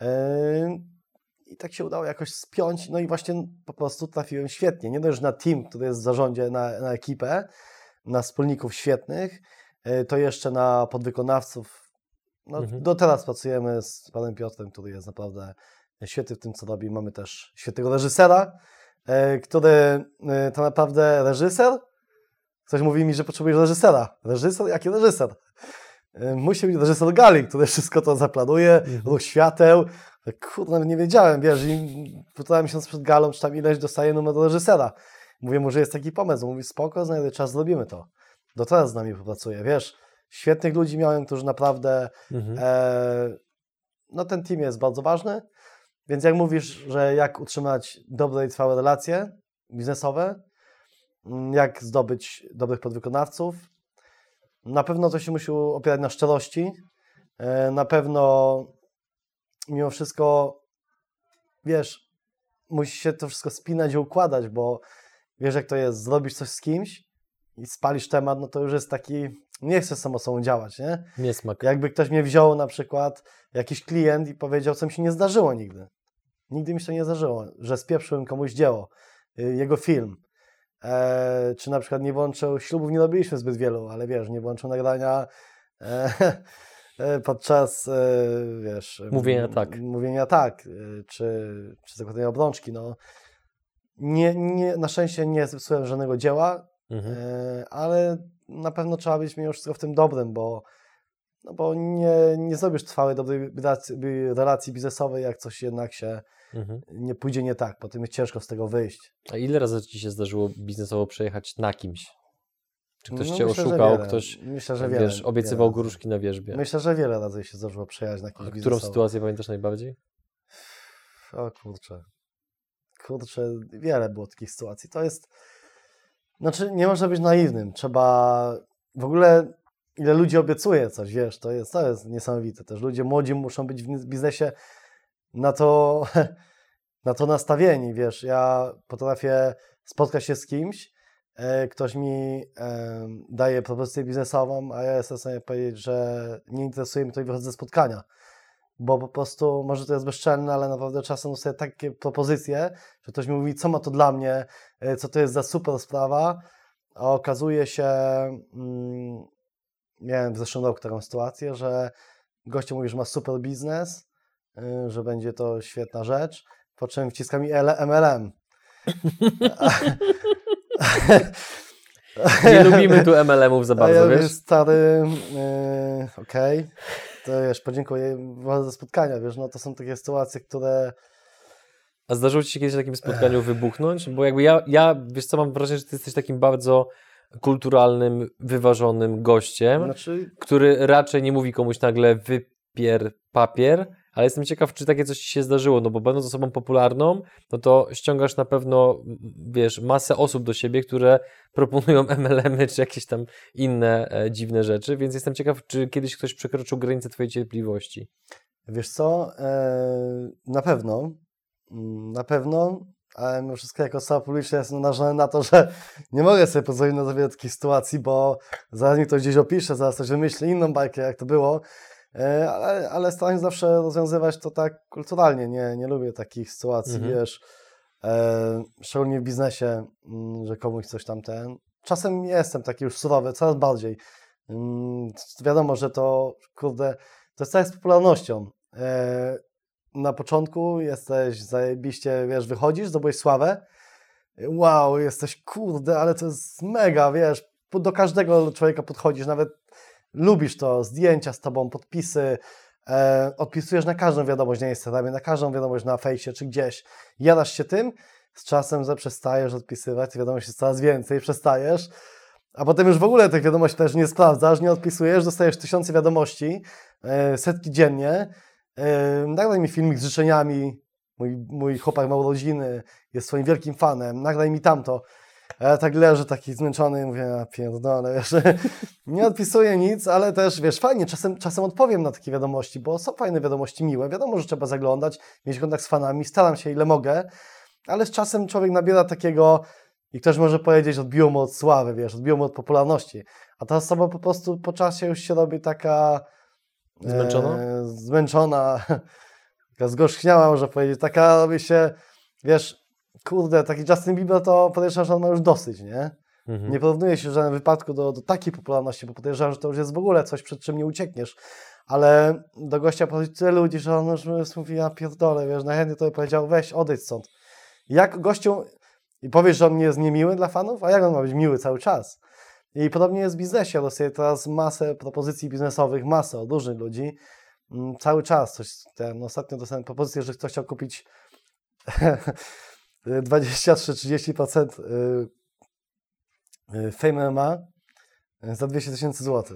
I tak się udało jakoś spiąć, no i właśnie po prostu trafiłem świetnie. Nie dość na team, który jest w zarządzie, na ekipę, na wspólników świetnych, to jeszcze na podwykonawców. No, do teraz pracujemy z panem Piotrem, który jest naprawdę świetny w tym, co robi. Mamy też świetnego reżysera, który to naprawdę reżyser. Ktoś mówi mi, że potrzebujesz reżysera. Reżyser? Jaki reżyser? Musi być reżyser gali, który wszystko to zaplanuje, ruch świateł. Kurde, nawet nie wiedziałem, wiesz, i 1,5 miesiąca przed galą, czy tam ileś dostaję numer do reżysera. Mówię mu, że jest taki pomysł. Mówi, spoko, znajdę czas, zrobimy to. Do teraz z nami popracuje, wiesz. Świetnych ludzi miałem, którzy naprawdę... no ten team jest bardzo ważny. Więc jak mówisz, że jak utrzymać dobre i trwałe relacje biznesowe, jak zdobyć dobrych podwykonawców, na pewno to się musi opierać na szczerości. Na pewno mimo wszystko, wiesz, musi się to wszystko spinać i układać, bo wiesz jak to jest, zrobisz coś z kimś i spalisz temat, no to już jest taki, nie chcesz samo sobą działać, nie? Niesmak. Jakby ktoś mnie wziął na przykład, jakiś klient i powiedział, co mi się nie zdarzyło nigdy. Nigdy mi się to nie zdarzyło, że spieprzyłem komuś dzieło, jego film. Czy na przykład nie włączył, ślubów nie robiliśmy zbyt wielu, ale wiesz, nie włączył nagrania podczas, wiesz... Mówienia tak, czy zakładania obrączki, no. Na szczęście nie zepsułem żadnego dzieła, ale na pewno trzeba być mimo wszystko w tym dobrym, bo nie zrobisz trwałej, dobrej relacji biznesowej, jak coś jednak się nie pójdzie nie tak, potem jest ciężko z tego wyjść. A ile razy Ci się zdarzyło biznesowo przejechać na kimś? Czy ktoś Cię oszukał, ktoś wiesz, obiecywał gruszki na wierzbie? Myślę, że wiele razy się zdarzyło przejechać na kimś biznesowo. Którą sytuację pamiętasz najbardziej? O kurczę, wiele było takich sytuacji. To jest, znaczy nie można być naiwnym, trzeba w ogóle, ile ludzi obiecuje coś, wiesz, to jest niesamowite. Też ludzie młodzi muszą być w biznesie na to nastawieni, wiesz, ja potrafię spotkać się z kimś, ktoś mi daje propozycję biznesową, a ja jestem w stanie powiedzieć, że nie interesuje mnie to i wychodzę ze spotkania, bo po prostu, może to jest bezczelne, ale naprawdę czasem dostaję takie propozycje, że ktoś mi mówi, co ma to dla mnie, co to jest za super sprawa, a okazuje się, miałem w zeszłym roku taką sytuację, że gościu mówi, że ma super biznes, że będzie to świetna rzecz, po czym wciska mi MLM. Nie lubimy tu MLM-ów za bardzo, wiesz? Stary, okej, to wiesz, podziękuję za spotkania, wiesz, no to są takie sytuacje, które... A zdarzyło Ci się kiedyś na takim spotkaniu wybuchnąć? Bo jakby ja wiesz co, mam wrażenie, że Ty jesteś takim bardzo kulturalnym, wyważonym gościem, Znaczy, który raczej nie mówi komuś nagle wypier papier, ale jestem ciekaw, czy takie coś ci się zdarzyło, no bo będąc osobą popularną, no to ściągasz na pewno, wiesz, masę osób do siebie, które proponują MLM-y, czy jakieś tam inne dziwne rzeczy, więc jestem ciekaw, czy kiedyś ktoś przekroczył granicę twojej cierpliwości. wiesz co, na pewno, ale mimo wszystko jako osoba publiczna jestem narażony na to, że nie mogę sobie pozwolić na wiele takich sytuacji, bo zaraz mi ktoś gdzieś opisze, zaraz ktoś wymyśli inną bajkę, jak to było, ale staram się zawsze rozwiązywać to tak kulturalnie, nie lubię takich sytuacji, wiesz, szczególnie w biznesie, że komuś coś tam czasem jestem taki już surowy, coraz bardziej. Wiadomo, że to, kurde, to jest tak z popularnością. Na początku jesteś zajebiście, wiesz, wychodzisz, zdobyłeś sławę, wow, jesteś, kurde, ale to jest mega, wiesz, do każdego człowieka podchodzisz, nawet lubisz to, zdjęcia z tobą, podpisy, odpisujesz na każdą wiadomość na Instagramie, na każdą wiadomość na fejsie czy gdzieś, jadasz się tym, z czasem przestajesz odpisywać, tych wiadomości jest coraz więcej, przestajesz, a potem już w ogóle tych wiadomości też nie sprawdzasz, nie odpisujesz, dostajesz tysiące wiadomości, setki dziennie, nagraj mi filmik z życzeniami, mój chłopak ma urodziny, jest swoim wielkim fanem, nagraj mi tamto. A ja tak leżę taki zmęczony i mówię, ja pierdolę, wiesz, nie odpisuję nic, ale też, wiesz, fajnie, czasem odpowiem na takie wiadomości, bo są fajne wiadomości, miłe, wiadomo, że trzeba zaglądać, mieć kontakt z fanami, staram się ile mogę, ale z czasem człowiek nabiera takiego, i ktoś może powiedzieć, odbiło mu od sławy, wiesz, odbiło mu od popularności, a ta osoba po prostu po czasie już się robi taka zmęczona, taka zgorzchniała, można powiedzieć, taka robi się, wiesz, kurde, taki Justin Bieber to podejrzewam, że on ma już dosyć, nie? Nie porównuje się w żadnym wypadku do takiej popularności, bo podejrzewam, że to już jest w ogóle coś, przed czym nie uciekniesz, ale do gościa podchodzi tyle ludzi, że on już mówi, ja pierdolę, wiesz, najchętniej to by powiedział, weź, odejdź stąd. Jak gościu, i powiesz, że on nie jest niemiły dla fanów, a jak on ma być miły cały czas? I podobnie jest w biznesie, dostaję teraz masę propozycji biznesowych, masę od różnych ludzi, cały czas coś, ostatnio dostałem propozycję, że ktoś chciał kupić 23-30% Fame MMA za 200 000 złotych.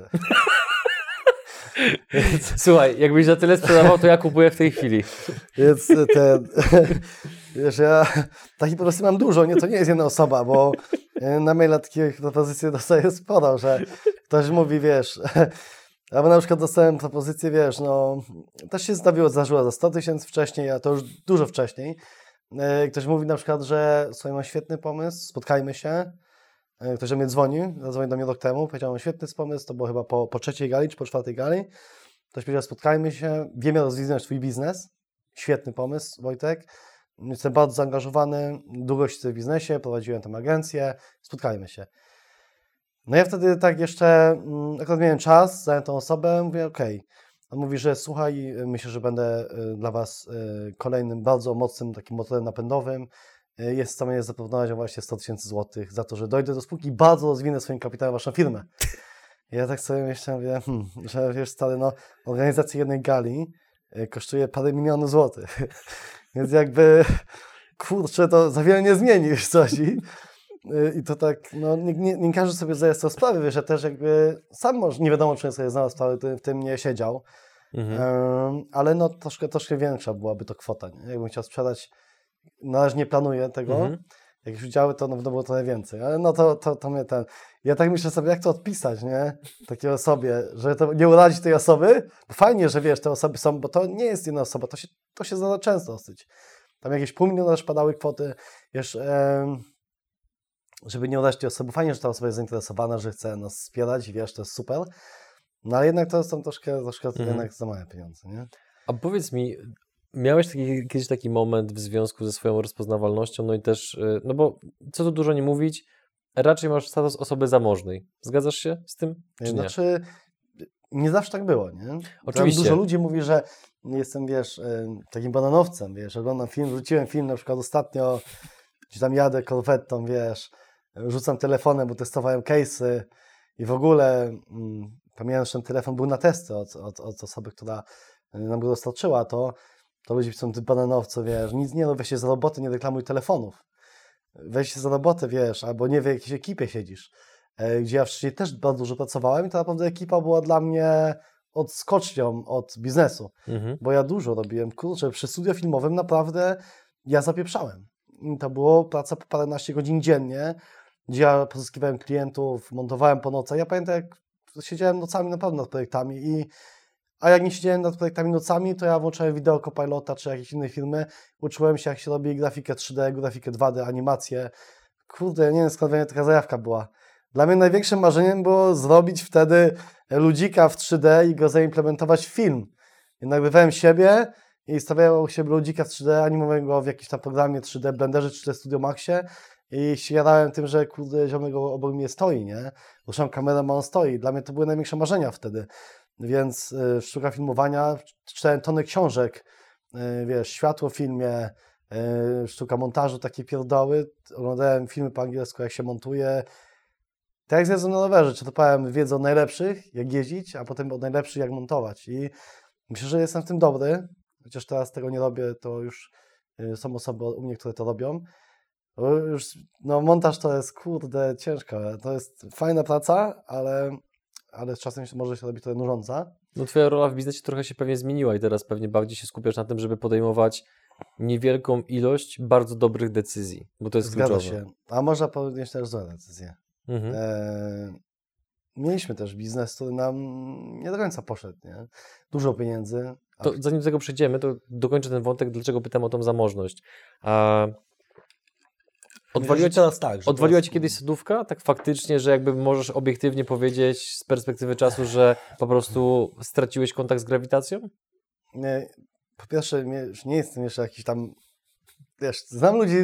Słuchaj, jakbyś za tyle sprzedawał, to ja kupuję w tej chwili. Więc wiesz, ja takich propozycji mam dużo, to nie jest jedna osoba, bo na maila takie propozycje dostaję sporo, że ktoś mówi, wiesz, albo na przykład dostałem propozycję, wiesz, no też się zdarzyło za 100 000 wcześniej, a to już dużo wcześniej. Ktoś mówi na przykład, że słuchaj, mam świetny pomysł, spotkajmy się. Ktoś do mnie zadzwonił do mnie rok temu, powiedział, mam świetny pomysł, to było chyba po 3. gali czy po 4. gali. Ktoś powiedział, spotkajmy się, wiemy rozwinąć twój biznes. Świetny pomysł, Wojtek. Jestem bardzo zaangażowany, długo siedzę w biznesie, prowadziłem tam agencję, spotkajmy się. No ja wtedy tak jeszcze, akurat miałem czas, zająłem tą osobę, mówię, okej. On mówi, że słuchaj, myślę, że będę dla was kolejnym bardzo mocnym takim motorem napędowym. Jest w stanie zaproponować właśnie 100 000 złotych za to, że dojdę do spółki i bardzo rozwinę swoim kapitałem waszą firmę. I ja tak sobie myślę, mówię, że wiesz, stary, no organizacja jednej gali kosztuje parę milionów złotych. Więc jakby, kurczę, to za wiele nie zmieni, wiesz coś. I to tak, no nie każdy sobie zdaje z tego sprawy, wiesz, ja też jakby sam może nie wiadomo, czy sobie znał sprawy, w tym nie siedział, ale no troszkę większa byłaby to kwota, nie? Jakbym chciał sprzedać, na razie nie planuję tego, jak już udziały, to no było trochę więcej, ale no to mnie ja tak myślę sobie, jak to odpisać, nie? Takiej osobie, że to nie urazić tej osoby, bo fajnie, że wiesz, te osoby są, bo to nie jest jedna osoba, to się zdarza często dosyć. Tam jakieś 500 000 też padały kwoty, wiesz, żeby nie urazić tej osoby, fajnie, że ta osoba jest zainteresowana, że chce nas wspierać, wiesz, to jest super, no ale jednak to są troszkę jednak za małe pieniądze, nie? A powiedz mi, miałeś kiedyś taki moment w związku ze swoją rozpoznawalnością, no i też, no bo co tu dużo nie mówić, raczej masz status osoby zamożnej. Zgadzasz się z tym, czy Znaczy, nie zawsze tak było, nie? Oczywiście. Tam dużo ludzi mówi, że jestem, wiesz, takim bananowcem, wiesz, oglądam film, wrzuciłem film na przykład ostatnio, gdzie tam jadę korwetą, wiesz, rzucam telefonem, bo testowałem case'y i w ogóle pamiętam, że ten telefon był na testy od osoby, która nam go dostarczyła, to ludzie są ty bananowcy, wiesz, nic nie, no weź się za roboty, nie reklamuj telefonów. Weź się za robotę, wiesz, albo nie w jakiejś ekipie siedzisz. gdzie ja wcześniej też bardzo dużo pracowałem i to naprawdę ekipa była dla mnie odskocznią od biznesu, bo ja dużo robiłem. Kurczę, przy studio filmowym naprawdę ja zapieprzałem. To było praca po paręnaście godzin dziennie, gdzie ja pozyskiwałem klientów, montowałem po nocach. Ja pamiętam, jak siedziałem nocami naprawdę nad projektami a jak nie siedziałem nad projektami nocami, to ja włączałem wideo Copilota czy jakieś inne filmy, uczyłem się, jak się robi grafikę 3D, grafikę 2D, animację. Kurde, nie wiem, skąd taka zajawka była. Dla mnie największym marzeniem było zrobić wtedy ludzika w 3D i go zaimplementować w film. I nagrywałem siebie i stawiałem u siebie ludzika w 3D, animowałem go w jakimś tam programie 3D, Blenderze 3D Studio Maxie i się jarałem tym, że kurde, ziomek obok mnie stoi, nie? Ruszam kamerę, a on stoi. Dla mnie to były największe marzenia wtedy. Więc sztuka filmowania, czytałem tony książek, wiesz, światło w filmie, sztuka montażu, takie pierdoły. Oglądałem filmy po angielsku, jak się montuje. Tak jak zjeżdżam na rowerze, czerpałem wiedzę od najlepszych, jak jeździć, a potem od najlepszych, jak montować. I myślę, że jestem w tym dobry, chociaż teraz tego nie robię, to już są osoby u mnie, które to robią. Już, no, montaż to jest, kurde, ciężko. To jest fajna praca, ale czasem może się robi trochę nużąca. No twoja rola w biznesie trochę się pewnie zmieniła i teraz pewnie bardziej się skupiasz na tym, żeby podejmować niewielką ilość bardzo dobrych decyzji, bo to jest Zgadza kluczowe. się. A można podjąć też złe decyzje. Mieliśmy też biznes, który nam nie do końca poszedł, nie? Dużo pieniędzy. To zanim do tego przejdziemy, to dokończę ten wątek, dlaczego pytam o tą zamożność. Odwaliła ci kiedyś sodówka? Tak faktycznie, że jakby możesz obiektywnie powiedzieć z perspektywy czasu, że po prostu straciłeś kontakt z grawitacją? Nie, po pierwsze, nie jestem jeszcze jakiś tam, wiesz, znam ludzi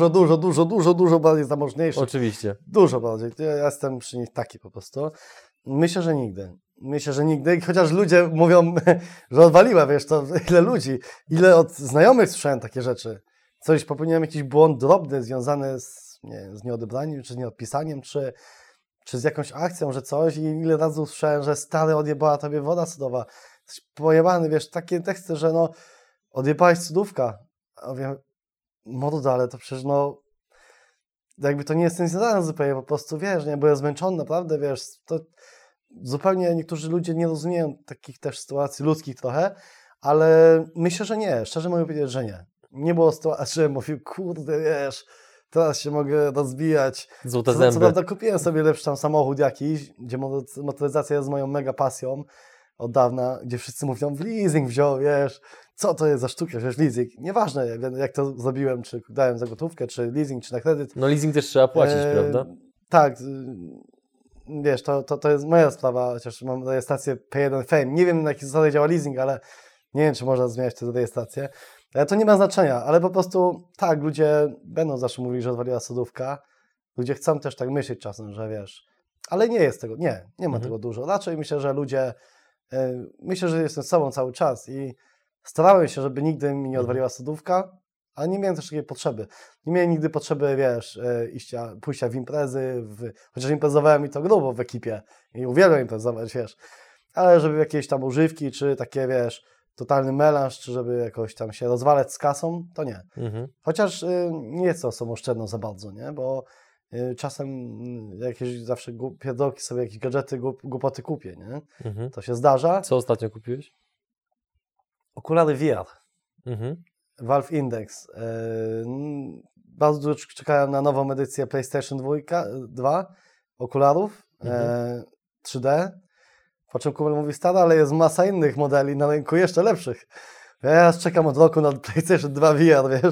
dużo bardziej zamożniejszych. Oczywiście. Dużo bardziej. Ja jestem przy nich taki po prostu. Myślę, że nigdy. I chociaż ludzie mówią, że odwaliłem, wiesz, to ile od znajomych słyszałem takie rzeczy. Popełniłem jakiś błąd drobny związany z nieodebraniem, czy z nieodpisaniem, czy z jakąś akcją, że coś i ile razy usłyszałem, że stary, odjebała tobie woda sodowa. Jesteś pojebany, wiesz, takie teksty, że no odjebałeś cudówka. A wiem, mordo, ale to przecież no jakby to nie jest nic związane zupełnie, po prostu wiesz, nie, byłem zmęczony, naprawdę, wiesz, to zupełnie niektórzy ludzie nie rozumieją takich też sytuacji ludzkich trochę, ale myślę, że nie, szczerze mogę powiedzieć, że nie. Nie było sytuacji, że mówił, kurde, wiesz, teraz się mogę rozbijać. Złote zęby. Co prawda kupiłem sobie lepszy tam samochód jakiś, gdzie motoryzacja jest moją mega pasją od dawna, gdzie wszyscy mówią, w leasing wziął, wiesz, co to jest za sztuka, wiesz, leasing. Nieważne, jak to zrobiłem, czy dałem za gotówkę, czy leasing, czy na kredyt. No leasing też trzeba płacić, prawda? Tak, wiesz, to jest moja sprawa, chociaż mam rejestrację P1 Fame. Nie wiem, na jakiej zasadzie działa leasing, ale nie wiem, czy można zmieniać tę rejestrację. To nie ma znaczenia, ale po prostu tak, ludzie będą zawsze mówili, że odwaliła sodówka. Ludzie chcą też tak myśleć czasem, że wiesz, ale nie jest tego, nie ma tego dużo. Raczej myślę, że ludzie, myślę, że jestem z sobą cały czas i starałem się, żeby nigdy mi nie odwaliła sodówka, ale nie miałem też takiej potrzeby. Nie miałem nigdy potrzeby, wiesz, pójścia w imprezy, chociaż imprezowałem i to grubo w ekipie i uwielbiam imprezować, wiesz, ale żeby jakieś tam używki, czy takie, wiesz, totalny melanż, czy żeby jakoś tam się rozwalać z kasą, to nie. Chociaż nie jest to osobą oszczędną za bardzo, nie? Bo czasem jakieś zawsze pierdołki sobie, jakieś gadżety, głupoty kupię, nie? To się zdarza. Co ostatnio kupiłeś? Okulary VR. Valve Index. Bardzo dużo czekałem na nową edycję PlayStation 2 okularów 3D. Po czym Kuba mówi, stara, ale jest masa innych modeli na rynku, jeszcze lepszych. Ja czekam od roku na PlayStation 2 VR, wiesz.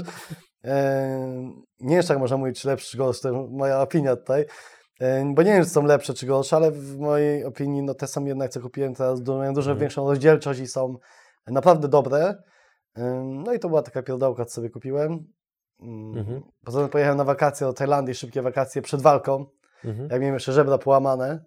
Nie wiem, jak można mówić, czy lepszy, czy gorszy, to jest moja opinia tutaj. Bo nie wiem, czy są lepsze, czy gorsze, ale w mojej opinii no, te są jednak, co kupiłem teraz, mają dużo większą rozdzielczość i są naprawdę dobre. No i to była taka pierdołka, co sobie kupiłem. Poza tym pojechałem na wakacje do Tajlandii, szybkie wakacje przed walką. Jak miałem jeszcze żebra połamane.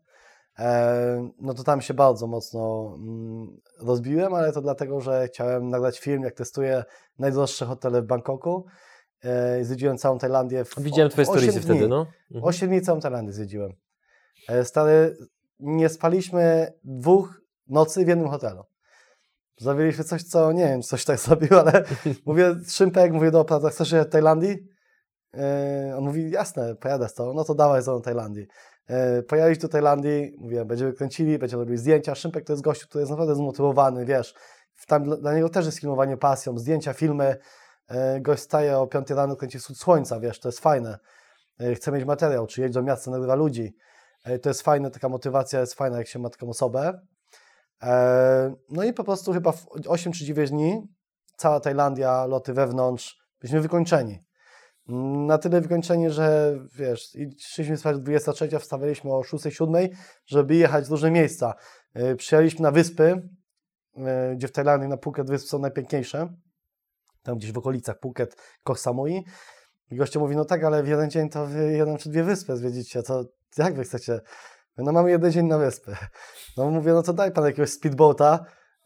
No to tam się bardzo mocno rozbiłem, ale to dlatego, że chciałem nagrać film, jak testuję najdroższe hotele w Bangkoku. Zwiedziłem całą Tajlandię Widziałem twoje storiesy wtedy, no. 8 dni całą Tajlandię zwiedziłem. Stary, nie spaliśmy 2 nocy w jednym hotelu. Zrobiliśmy coś, co nie wiem, coś tak zrobił, ale mówię, Szympek, mówię do operatora, chcesz jechać do Tajlandii? On mówi, jasne, pojadę z tobą, no to dawaj ze mną do Tajlandii. Pojechaliśmy do Tajlandii, mówię, będziemy kręcili, będziemy robili zdjęcia. Szympek to jest gościu, który jest naprawdę zmotywowany, wiesz. Tam dla niego też jest filmowanie pasją, zdjęcia, filmy. Gość staje o 5 rano, kręci wschód słońca, wiesz, to jest fajne. Chce mieć materiał, czy jeździ do miasta, nagrywa ludzi. To jest fajne, taka motywacja jest fajna, jak się ma taką osobę. No i po prostu chyba w 8 czy 9 dni cała Tajlandia, loty wewnątrz, byliśmy wykończeni. Na tyle wykończeni, że wiesz, szliśmy spać o 23, wstawaliśmy o 6, 7, żeby jechać w różne miejsca. Przyjechaliśmy na wyspy, gdzie w Tajlandii na Phuket wyspy są najpiękniejsze. Tam gdzieś w okolicach Phuket, Koh Samui. I goście mówi, no tak, ale w jeden dzień to wy 1 czy 2 wyspy zwiedzicie, to jak wy chcecie? No mamy 1 dzień na wyspy. No mówię, no to daj pan jakiegoś speedboata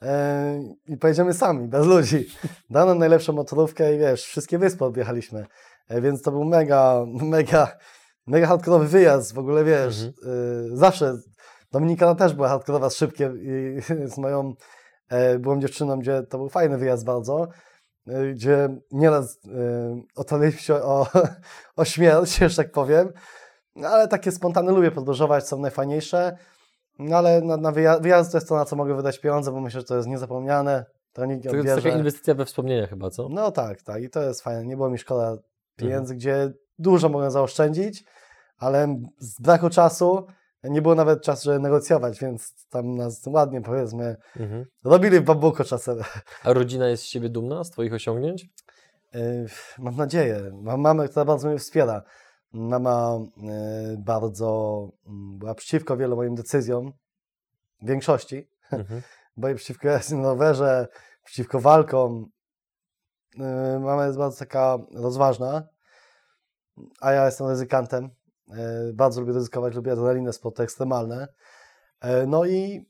i pojedziemy sami, bez ludzi. Dał nam najlepszą motorówkę i wiesz, wszystkie wyspy odjechaliśmy. Więc to był mega hardkorowy wyjazd, w ogóle wiesz, zawsze Dominikana też była hardkorowa z Szybkiem i z moją byłą dziewczyną, gdzie to był fajny wyjazd bardzo, gdzie nieraz otarliśmy się o śmierć, że tak powiem, no, ale takie spontane lubię podróżować, są najfajniejsze, no ale na wyjazd to jest to, na co mogę wydać pieniądze, bo myślę, że to jest niezapomniane. To jest taka inwestycja we wspomnienia chyba, co? No tak, i to jest fajne, nie było mi szkoda pieniędzy, gdzie dużo mogłem zaoszczędzić, ale z braku czasu nie było nawet czasu, żeby negocjować, więc tam nas ładnie, powiedzmy, robili w bambuko czasem. A rodzina jest z siebie dumna, z twoich osiągnięć? Mam nadzieję. Mam mamę, która bardzo mnie wspiera. Mama bardzo była przeciwko wielu moim decyzjom, w większości, bo i przeciwko jazdzie na rowerze, przeciwko walkom. Mama jest bardzo taka rozważna, a ja jestem ryzykantem. Bardzo lubię ryzykować, lubię adrenalinę, sporty ekstremalne. No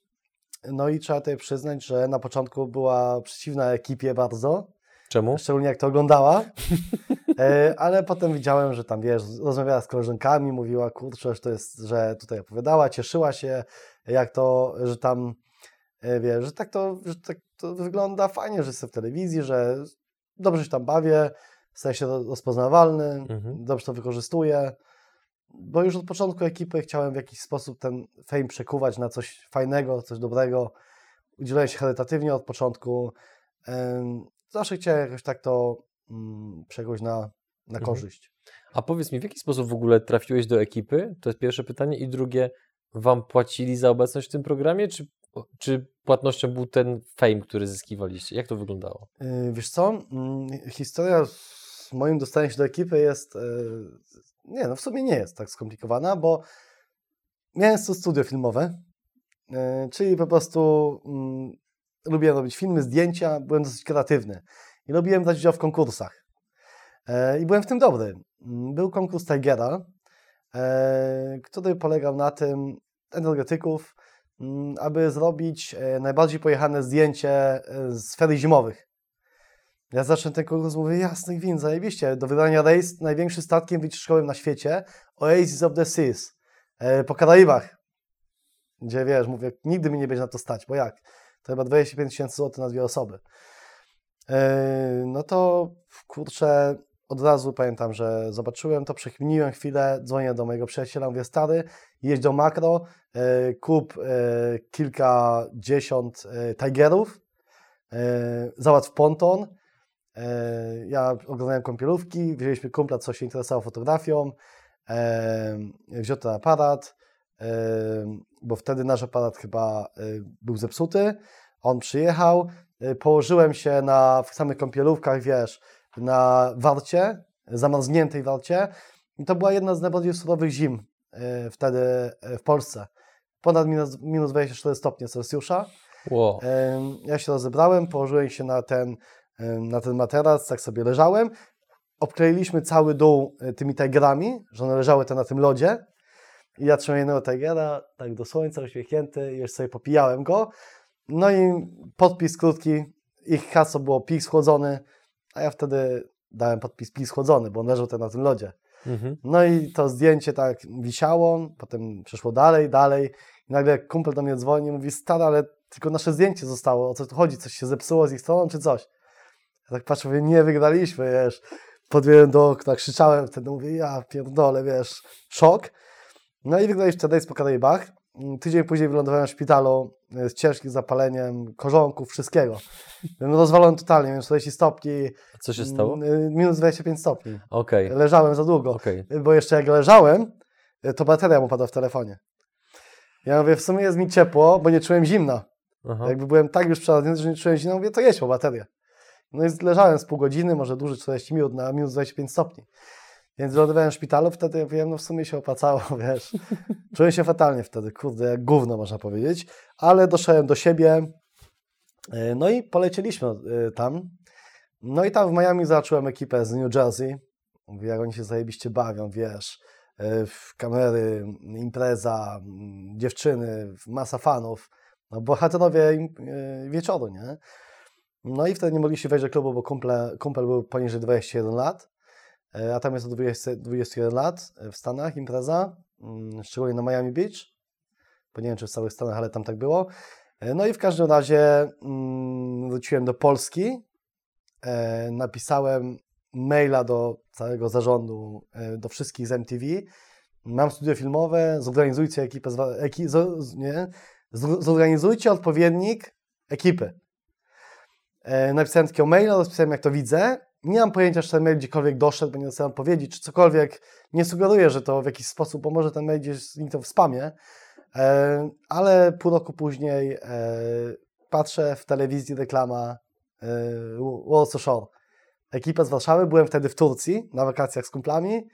i trzeba tutaj przyznać, że na początku była przeciwna ekipie bardzo. Czemu? Szczególnie jak to oglądała. Ale potem widziałem, że tam, wiesz, rozmawiała z koleżankami, mówiła, kurczę, że tutaj opowiadała, cieszyła się, jak to, że tam, wiesz, że tak to wygląda fajnie, że jestem w telewizji, że dobrze się tam bawię, staję się rozpoznawalny, dobrze to wykorzystuję. Bo już od początku ekipy chciałem w jakiś sposób ten fame przekuwać na coś fajnego, coś dobrego. Udzielałem się charytatywnie od początku. Zawsze chciałem jakoś tak to przekuć na korzyść. A powiedz mi, w jaki sposób w ogóle trafiłeś do ekipy? To jest pierwsze pytanie. I drugie, wam płacili za obecność w tym programie, czy płatnością był ten fame, który zyskiwaliście? Jak to wyglądało? Wiesz co, historia z moim dostaniem się do ekipy jest... w sumie nie jest tak skomplikowana, bo miałem to studio filmowe, czyli po prostu lubiłem robić filmy, zdjęcia, byłem dosyć kreatywny i lubiłem brać udział w konkursach i byłem w tym dobry. Był konkurs Tigera, który polegał na tym, energetyków, aby zrobić najbardziej pojechane zdjęcie z ferii zimowych. Ja zacząłem ten konkurs, mówię, jasny gwint, zajebiście. Do wydania rejs największym statkiem wycieczkowym na świecie, Oasis of the Seas, po Karaibach. Gdzie, wiesz, mówię, nigdy mi nie będzie na to stać, bo jak? To chyba 25 000 złotych na 2 osoby. No to, kurczę, od razu pamiętam, że zobaczyłem to, przekminiłem chwilę, dzwonię do mojego przyjaciela, mówię, stary, jedź do Makro, kup kilkadziesiąt Tigerów, załatw ponton. Ja oglądałem kąpielówki, wzięliśmy kumpla, co się interesował fotografią, wziął ten aparat, bo wtedy nasz aparat chyba był zepsuty. On przyjechał, położyłem się w samych kąpielówkach, wiesz, na warcie, zamarzniętej warcie i to była jedna z najbardziej surowych zim wtedy w Polsce. Ponad minus 24 stopnie Celsjusza. Wow. Ja się rozebrałem, położyłem się na ten materac, tak sobie leżałem. Obkleiliśmy cały dół tymi Tigerami, że one leżały na tym lodzie. I ja trzymałem jednego Tigera, tak do słońca, uśmiechnięty, i już sobie popijałem go. No i podpis krótki, ich hasło było pij schłodzony, a ja wtedy dałem podpis pij schłodzony, bo on leżał na tym lodzie. No i to zdjęcie tak wisiało, potem przeszło dalej. I nagle kumpel do mnie dzwoni i mówi, stary, ale tylko nasze zdjęcie zostało, o co tu chodzi, coś się zepsuło z ich stroną czy coś. Ja tak patrzę, mówię, nie wygraliśmy, wiesz. Podbiegłem do okna, krzyczałem, wtedy mówię, ja pierdolę, wiesz, szok. No i wygraliśmy wtedy po Karaibach. Tydzień później wylądowałem w szpitalu z ciężkim zapaleniem korzonków, wszystkiego. Byłem rozwalony totalnie, miałem 40 stopni. Co się stało? Minus 25 stopni. Okej. Leżałem za długo, Okej. bo jeszcze jak leżałem, to bateria mu padła w telefonie. Ja mówię, w sumie jest mi ciepło, bo nie czułem zimna. Aha. Jakby byłem tak już przeradniony, że nie czułem zimna, mówię, to jedź po baterię. No i leżałem z pół godziny, może dłużej, 40 minut na minus 25 stopni. Więc lądowałem w szpitalu, wtedy ja wiem, no w sumie się opłacało, wiesz. Czułem się fatalnie wtedy, kurde, jak gówno można powiedzieć, ale doszedłem do siebie, no i polecieliśmy tam. No i tam w Miami zobaczyłem ekipę z New Jersey. Mówię, jak oni się zajebiście bawią, wiesz, kamery, impreza, dziewczyny, masa fanów, no bohaterowie wieczoru, nie? No i wtedy nie mogliśmy wejść do klubu, bo kumpel był poniżej 21 lat, a tam jest do 21 lat w Stanach impreza, szczególnie na Miami Beach, bo nie wiem, czy w całych Stanach, ale tam tak było. No i w każdym razie wróciłem do Polski, napisałem maila do całego zarządu, do wszystkich z MTV. Mam studio filmowe, zorganizujcie ekipę, zorganizujcie odpowiednik ekipy. Napisałem takiego maila, rozpisałem jak to widzę. Nie mam pojęcia, czy ten mail gdziekolwiek doszedł, bo nie dostałem odpowiedzi, czy cokolwiek. Nie sugeruję, że to w jakiś sposób pomoże, ten mail gdzieś zniknął w spamie. Ale pół roku później patrzę w telewizji reklama Warsaw Shore. Ekipa z Warszawy, byłem wtedy w Turcji na wakacjach z kumplami.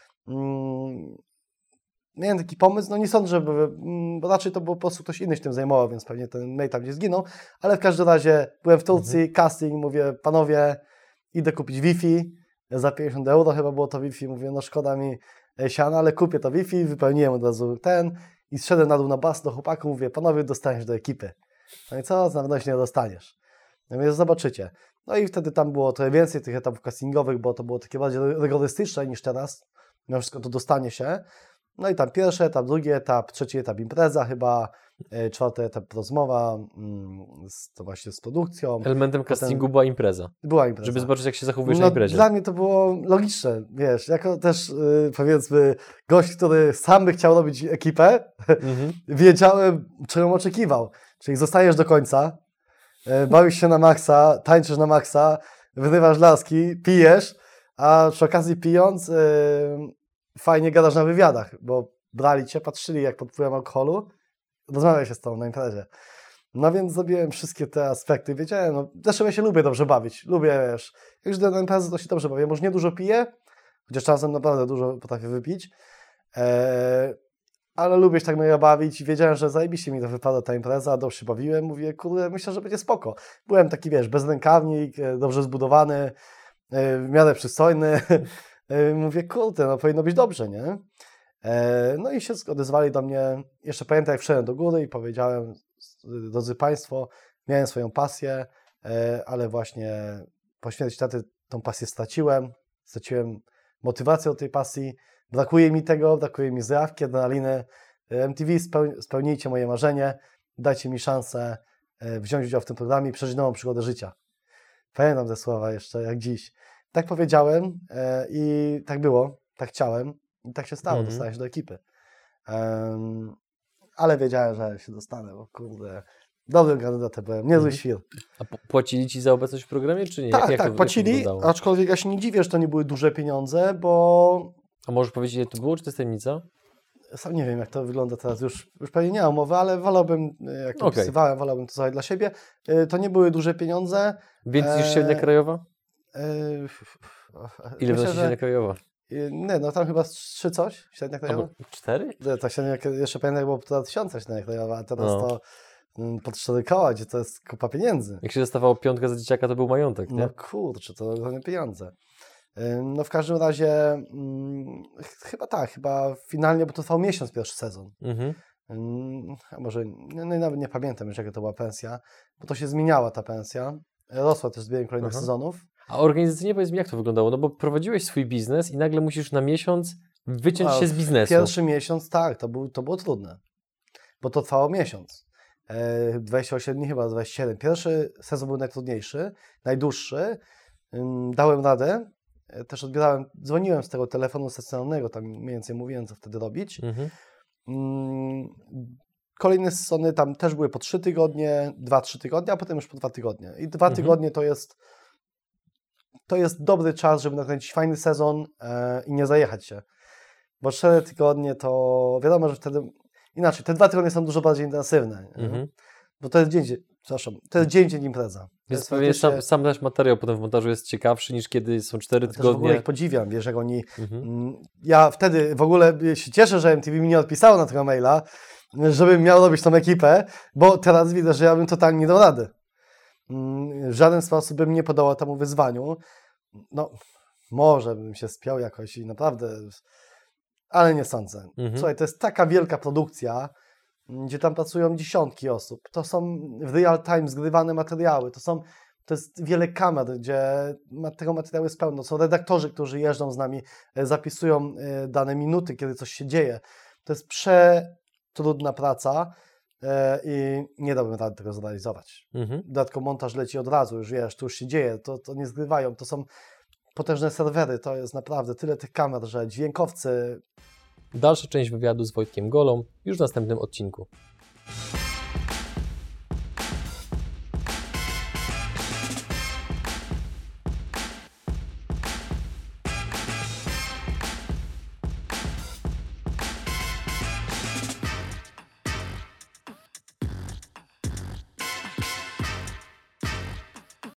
Miałem taki pomysł, no nie sądzę, bo raczej to było po prostu ktoś inny się tym zajmował, więc pewnie ten mail tam gdzieś zginął, ale w każdym razie byłem w Turcji, casting, mówię, panowie, idę kupić Wi-Fi, za 50 euro chyba było to Wi-Fi, mówię, no szkoda mi siana, ale kupię to Wi-Fi, wypełniłem od razu i zszedłem na dół na bas do chłopaków, mówię, panowie, dostaniesz do ekipy. No i co? Na pewno się nie dostaniesz. No więc zobaczycie. No i wtedy tam było trochę więcej tych etapów castingowych, bo to było takie bardziej rygorystyczne niż teraz. No wszystko to dostanie się. No i tam pierwszy etap, drugi etap, trzeci etap impreza chyba, czwarty etap rozmowa to właśnie z produkcją. Elementem castingu była impreza. Była impreza. Żeby zobaczyć, jak się zachowujesz na imprezie. Dla mnie to było logiczne, wiesz, jako też powiedzmy gość, który sam by chciał robić ekipę, wiedziałem, czego oczekiwał. Czyli zostajesz do końca, bawisz się na maksa, tańczysz na maksa, wyrywasz laski, pijesz, a przy okazji pijąc fajnie gadasz na wywiadach, bo brali cię, patrzyli jak pod wpływem alkoholu, rozmawiaj się z tobą na imprezie. No więc zrobiłem wszystkie te aspekty, wiedziałem, no zresztą ja się lubię dobrze bawić, lubię, wiesz, jak już idę na imprezę, to się dobrze bawię, może nie dużo piję, chociaż czasem naprawdę dużo potrafię wypić, ale lubię się tak mega bawić i wiedziałem, że zajebiście mi to wypada ta impreza, dobrze się bawiłem, mówię, kurde, myślę, że będzie spoko. Byłem taki, wiesz, bezrękawnik, dobrze zbudowany, w miarę przystojny, mówię, kurde, no powinno być dobrze, nie? No i się odezwali do mnie, jeszcze pamiętam jak wszedłem do góry i powiedziałem, drodzy Państwo, miałem swoją pasję, ale właśnie po śmierci taty tą pasję straciłem motywację od tej pasji, brakuje mi tego, brakuje mi zajawki, adrenaliny. MTV, spełnijcie moje marzenie, dajcie mi szansę wziąć udział w tym programie i przeżyć nową przygodę życia. Pamiętam te słowa jeszcze, jak dziś. Tak powiedziałem i tak było, tak chciałem i tak się stało, dostałem się do ekipy. Ale wiedziałem, że się dostanę, bo kurde, dobrym kandydatem byłem, niezły świr. A płacili ci za obecność w programie, czy nie? Tak, jak tak, płacili, aczkolwiek ja się nie dziwię, że to nie były duże pieniądze, bo... A możesz powiedzieć, ile to było, czy to jest tajemnica? Sam nie wiem, jak to wygląda teraz, już pewnie nie mam mowy, ale wolałbym, jak to opisywałem, wolałbym to zrobić dla siebie. To nie były duże pieniądze. Więcej niż średnia krajowa? Ile wynosi średnia krajowa? Nie, no tam chyba 3 coś, średnia krajowa. 4? To średnia, jeszcze pamiętam, było 1,5 średnia krajowa, a teraz to pod 4 koła, gdzie to jest kupa pieniędzy. Jak się dostawało 5 za dzieciaka, to był majątek, nie? No kurczę, to ogromne pieniądze. No w każdym razie chyba finalnie, bo to trwał miesiąc pierwszy sezon. A może, no i nawet nie pamiętam już jaka to była pensja, bo to się zmieniała ta pensja. Rosła też z biegiem kolejnych sezonów. A organizacyjnie powiedz mi, jak to wyglądało? No bo prowadziłeś swój biznes i nagle musisz na miesiąc wyciąć się z biznesu. Pierwszy miesiąc, tak, to było trudne, bo to trwało miesiąc. 28 dni chyba, 27. Pierwszy sezon był najtrudniejszy, najdłuższy. Dałem radę. Też dzwoniłem z tego telefonu stacjonarnego, tam mniej więcej mówiłem, co wtedy robić. Kolejne sezony tam też były po 3 tygodnie, 2-3 tygodnie, a potem już po 2 tygodnie. I 2 tygodnie to jest dobry czas, żeby nakręcić fajny sezon i nie zajechać się. Bo 4 tygodnie to wiadomo, że wtedy inaczej, te 2 tygodnie są dużo bardziej intensywne. Bo to jest dzień impreza. Więc pewnie sam też materiał potem w montażu jest ciekawszy niż kiedy są 4 tygodnie. W ogóle ich podziwiam, wiesz, jak oni... Ja wtedy w ogóle się cieszę, że MTV mi nie odpisało na tego maila, żebym miał robić tą ekipę, bo teraz widzę, że ja bym totalnie nie dał rady. W żaden sposób bym nie podołał temu wyzwaniu. No, może bym się spiął jakoś i naprawdę... Ale nie sądzę. Słuchaj, to jest taka wielka produkcja, gdzie tam pracują dziesiątki osób. To są w real time zgrywane materiały. To jest wiele kamer, gdzie tego materiału jest pełno. Są redaktorzy, którzy jeżdżą z nami, zapisują dane minuty, kiedy coś się dzieje. To jest trudna praca i nie dałbym rady tego zrealizować. Dodatkowo montaż leci od razu, już wiesz, to już się dzieje, to nie zgrywają. To są potężne serwery, to jest naprawdę tyle tych kamer, że dźwiękowcy... Dalsza część wywiadu z Wojtkiem Golą już w następnym odcinku.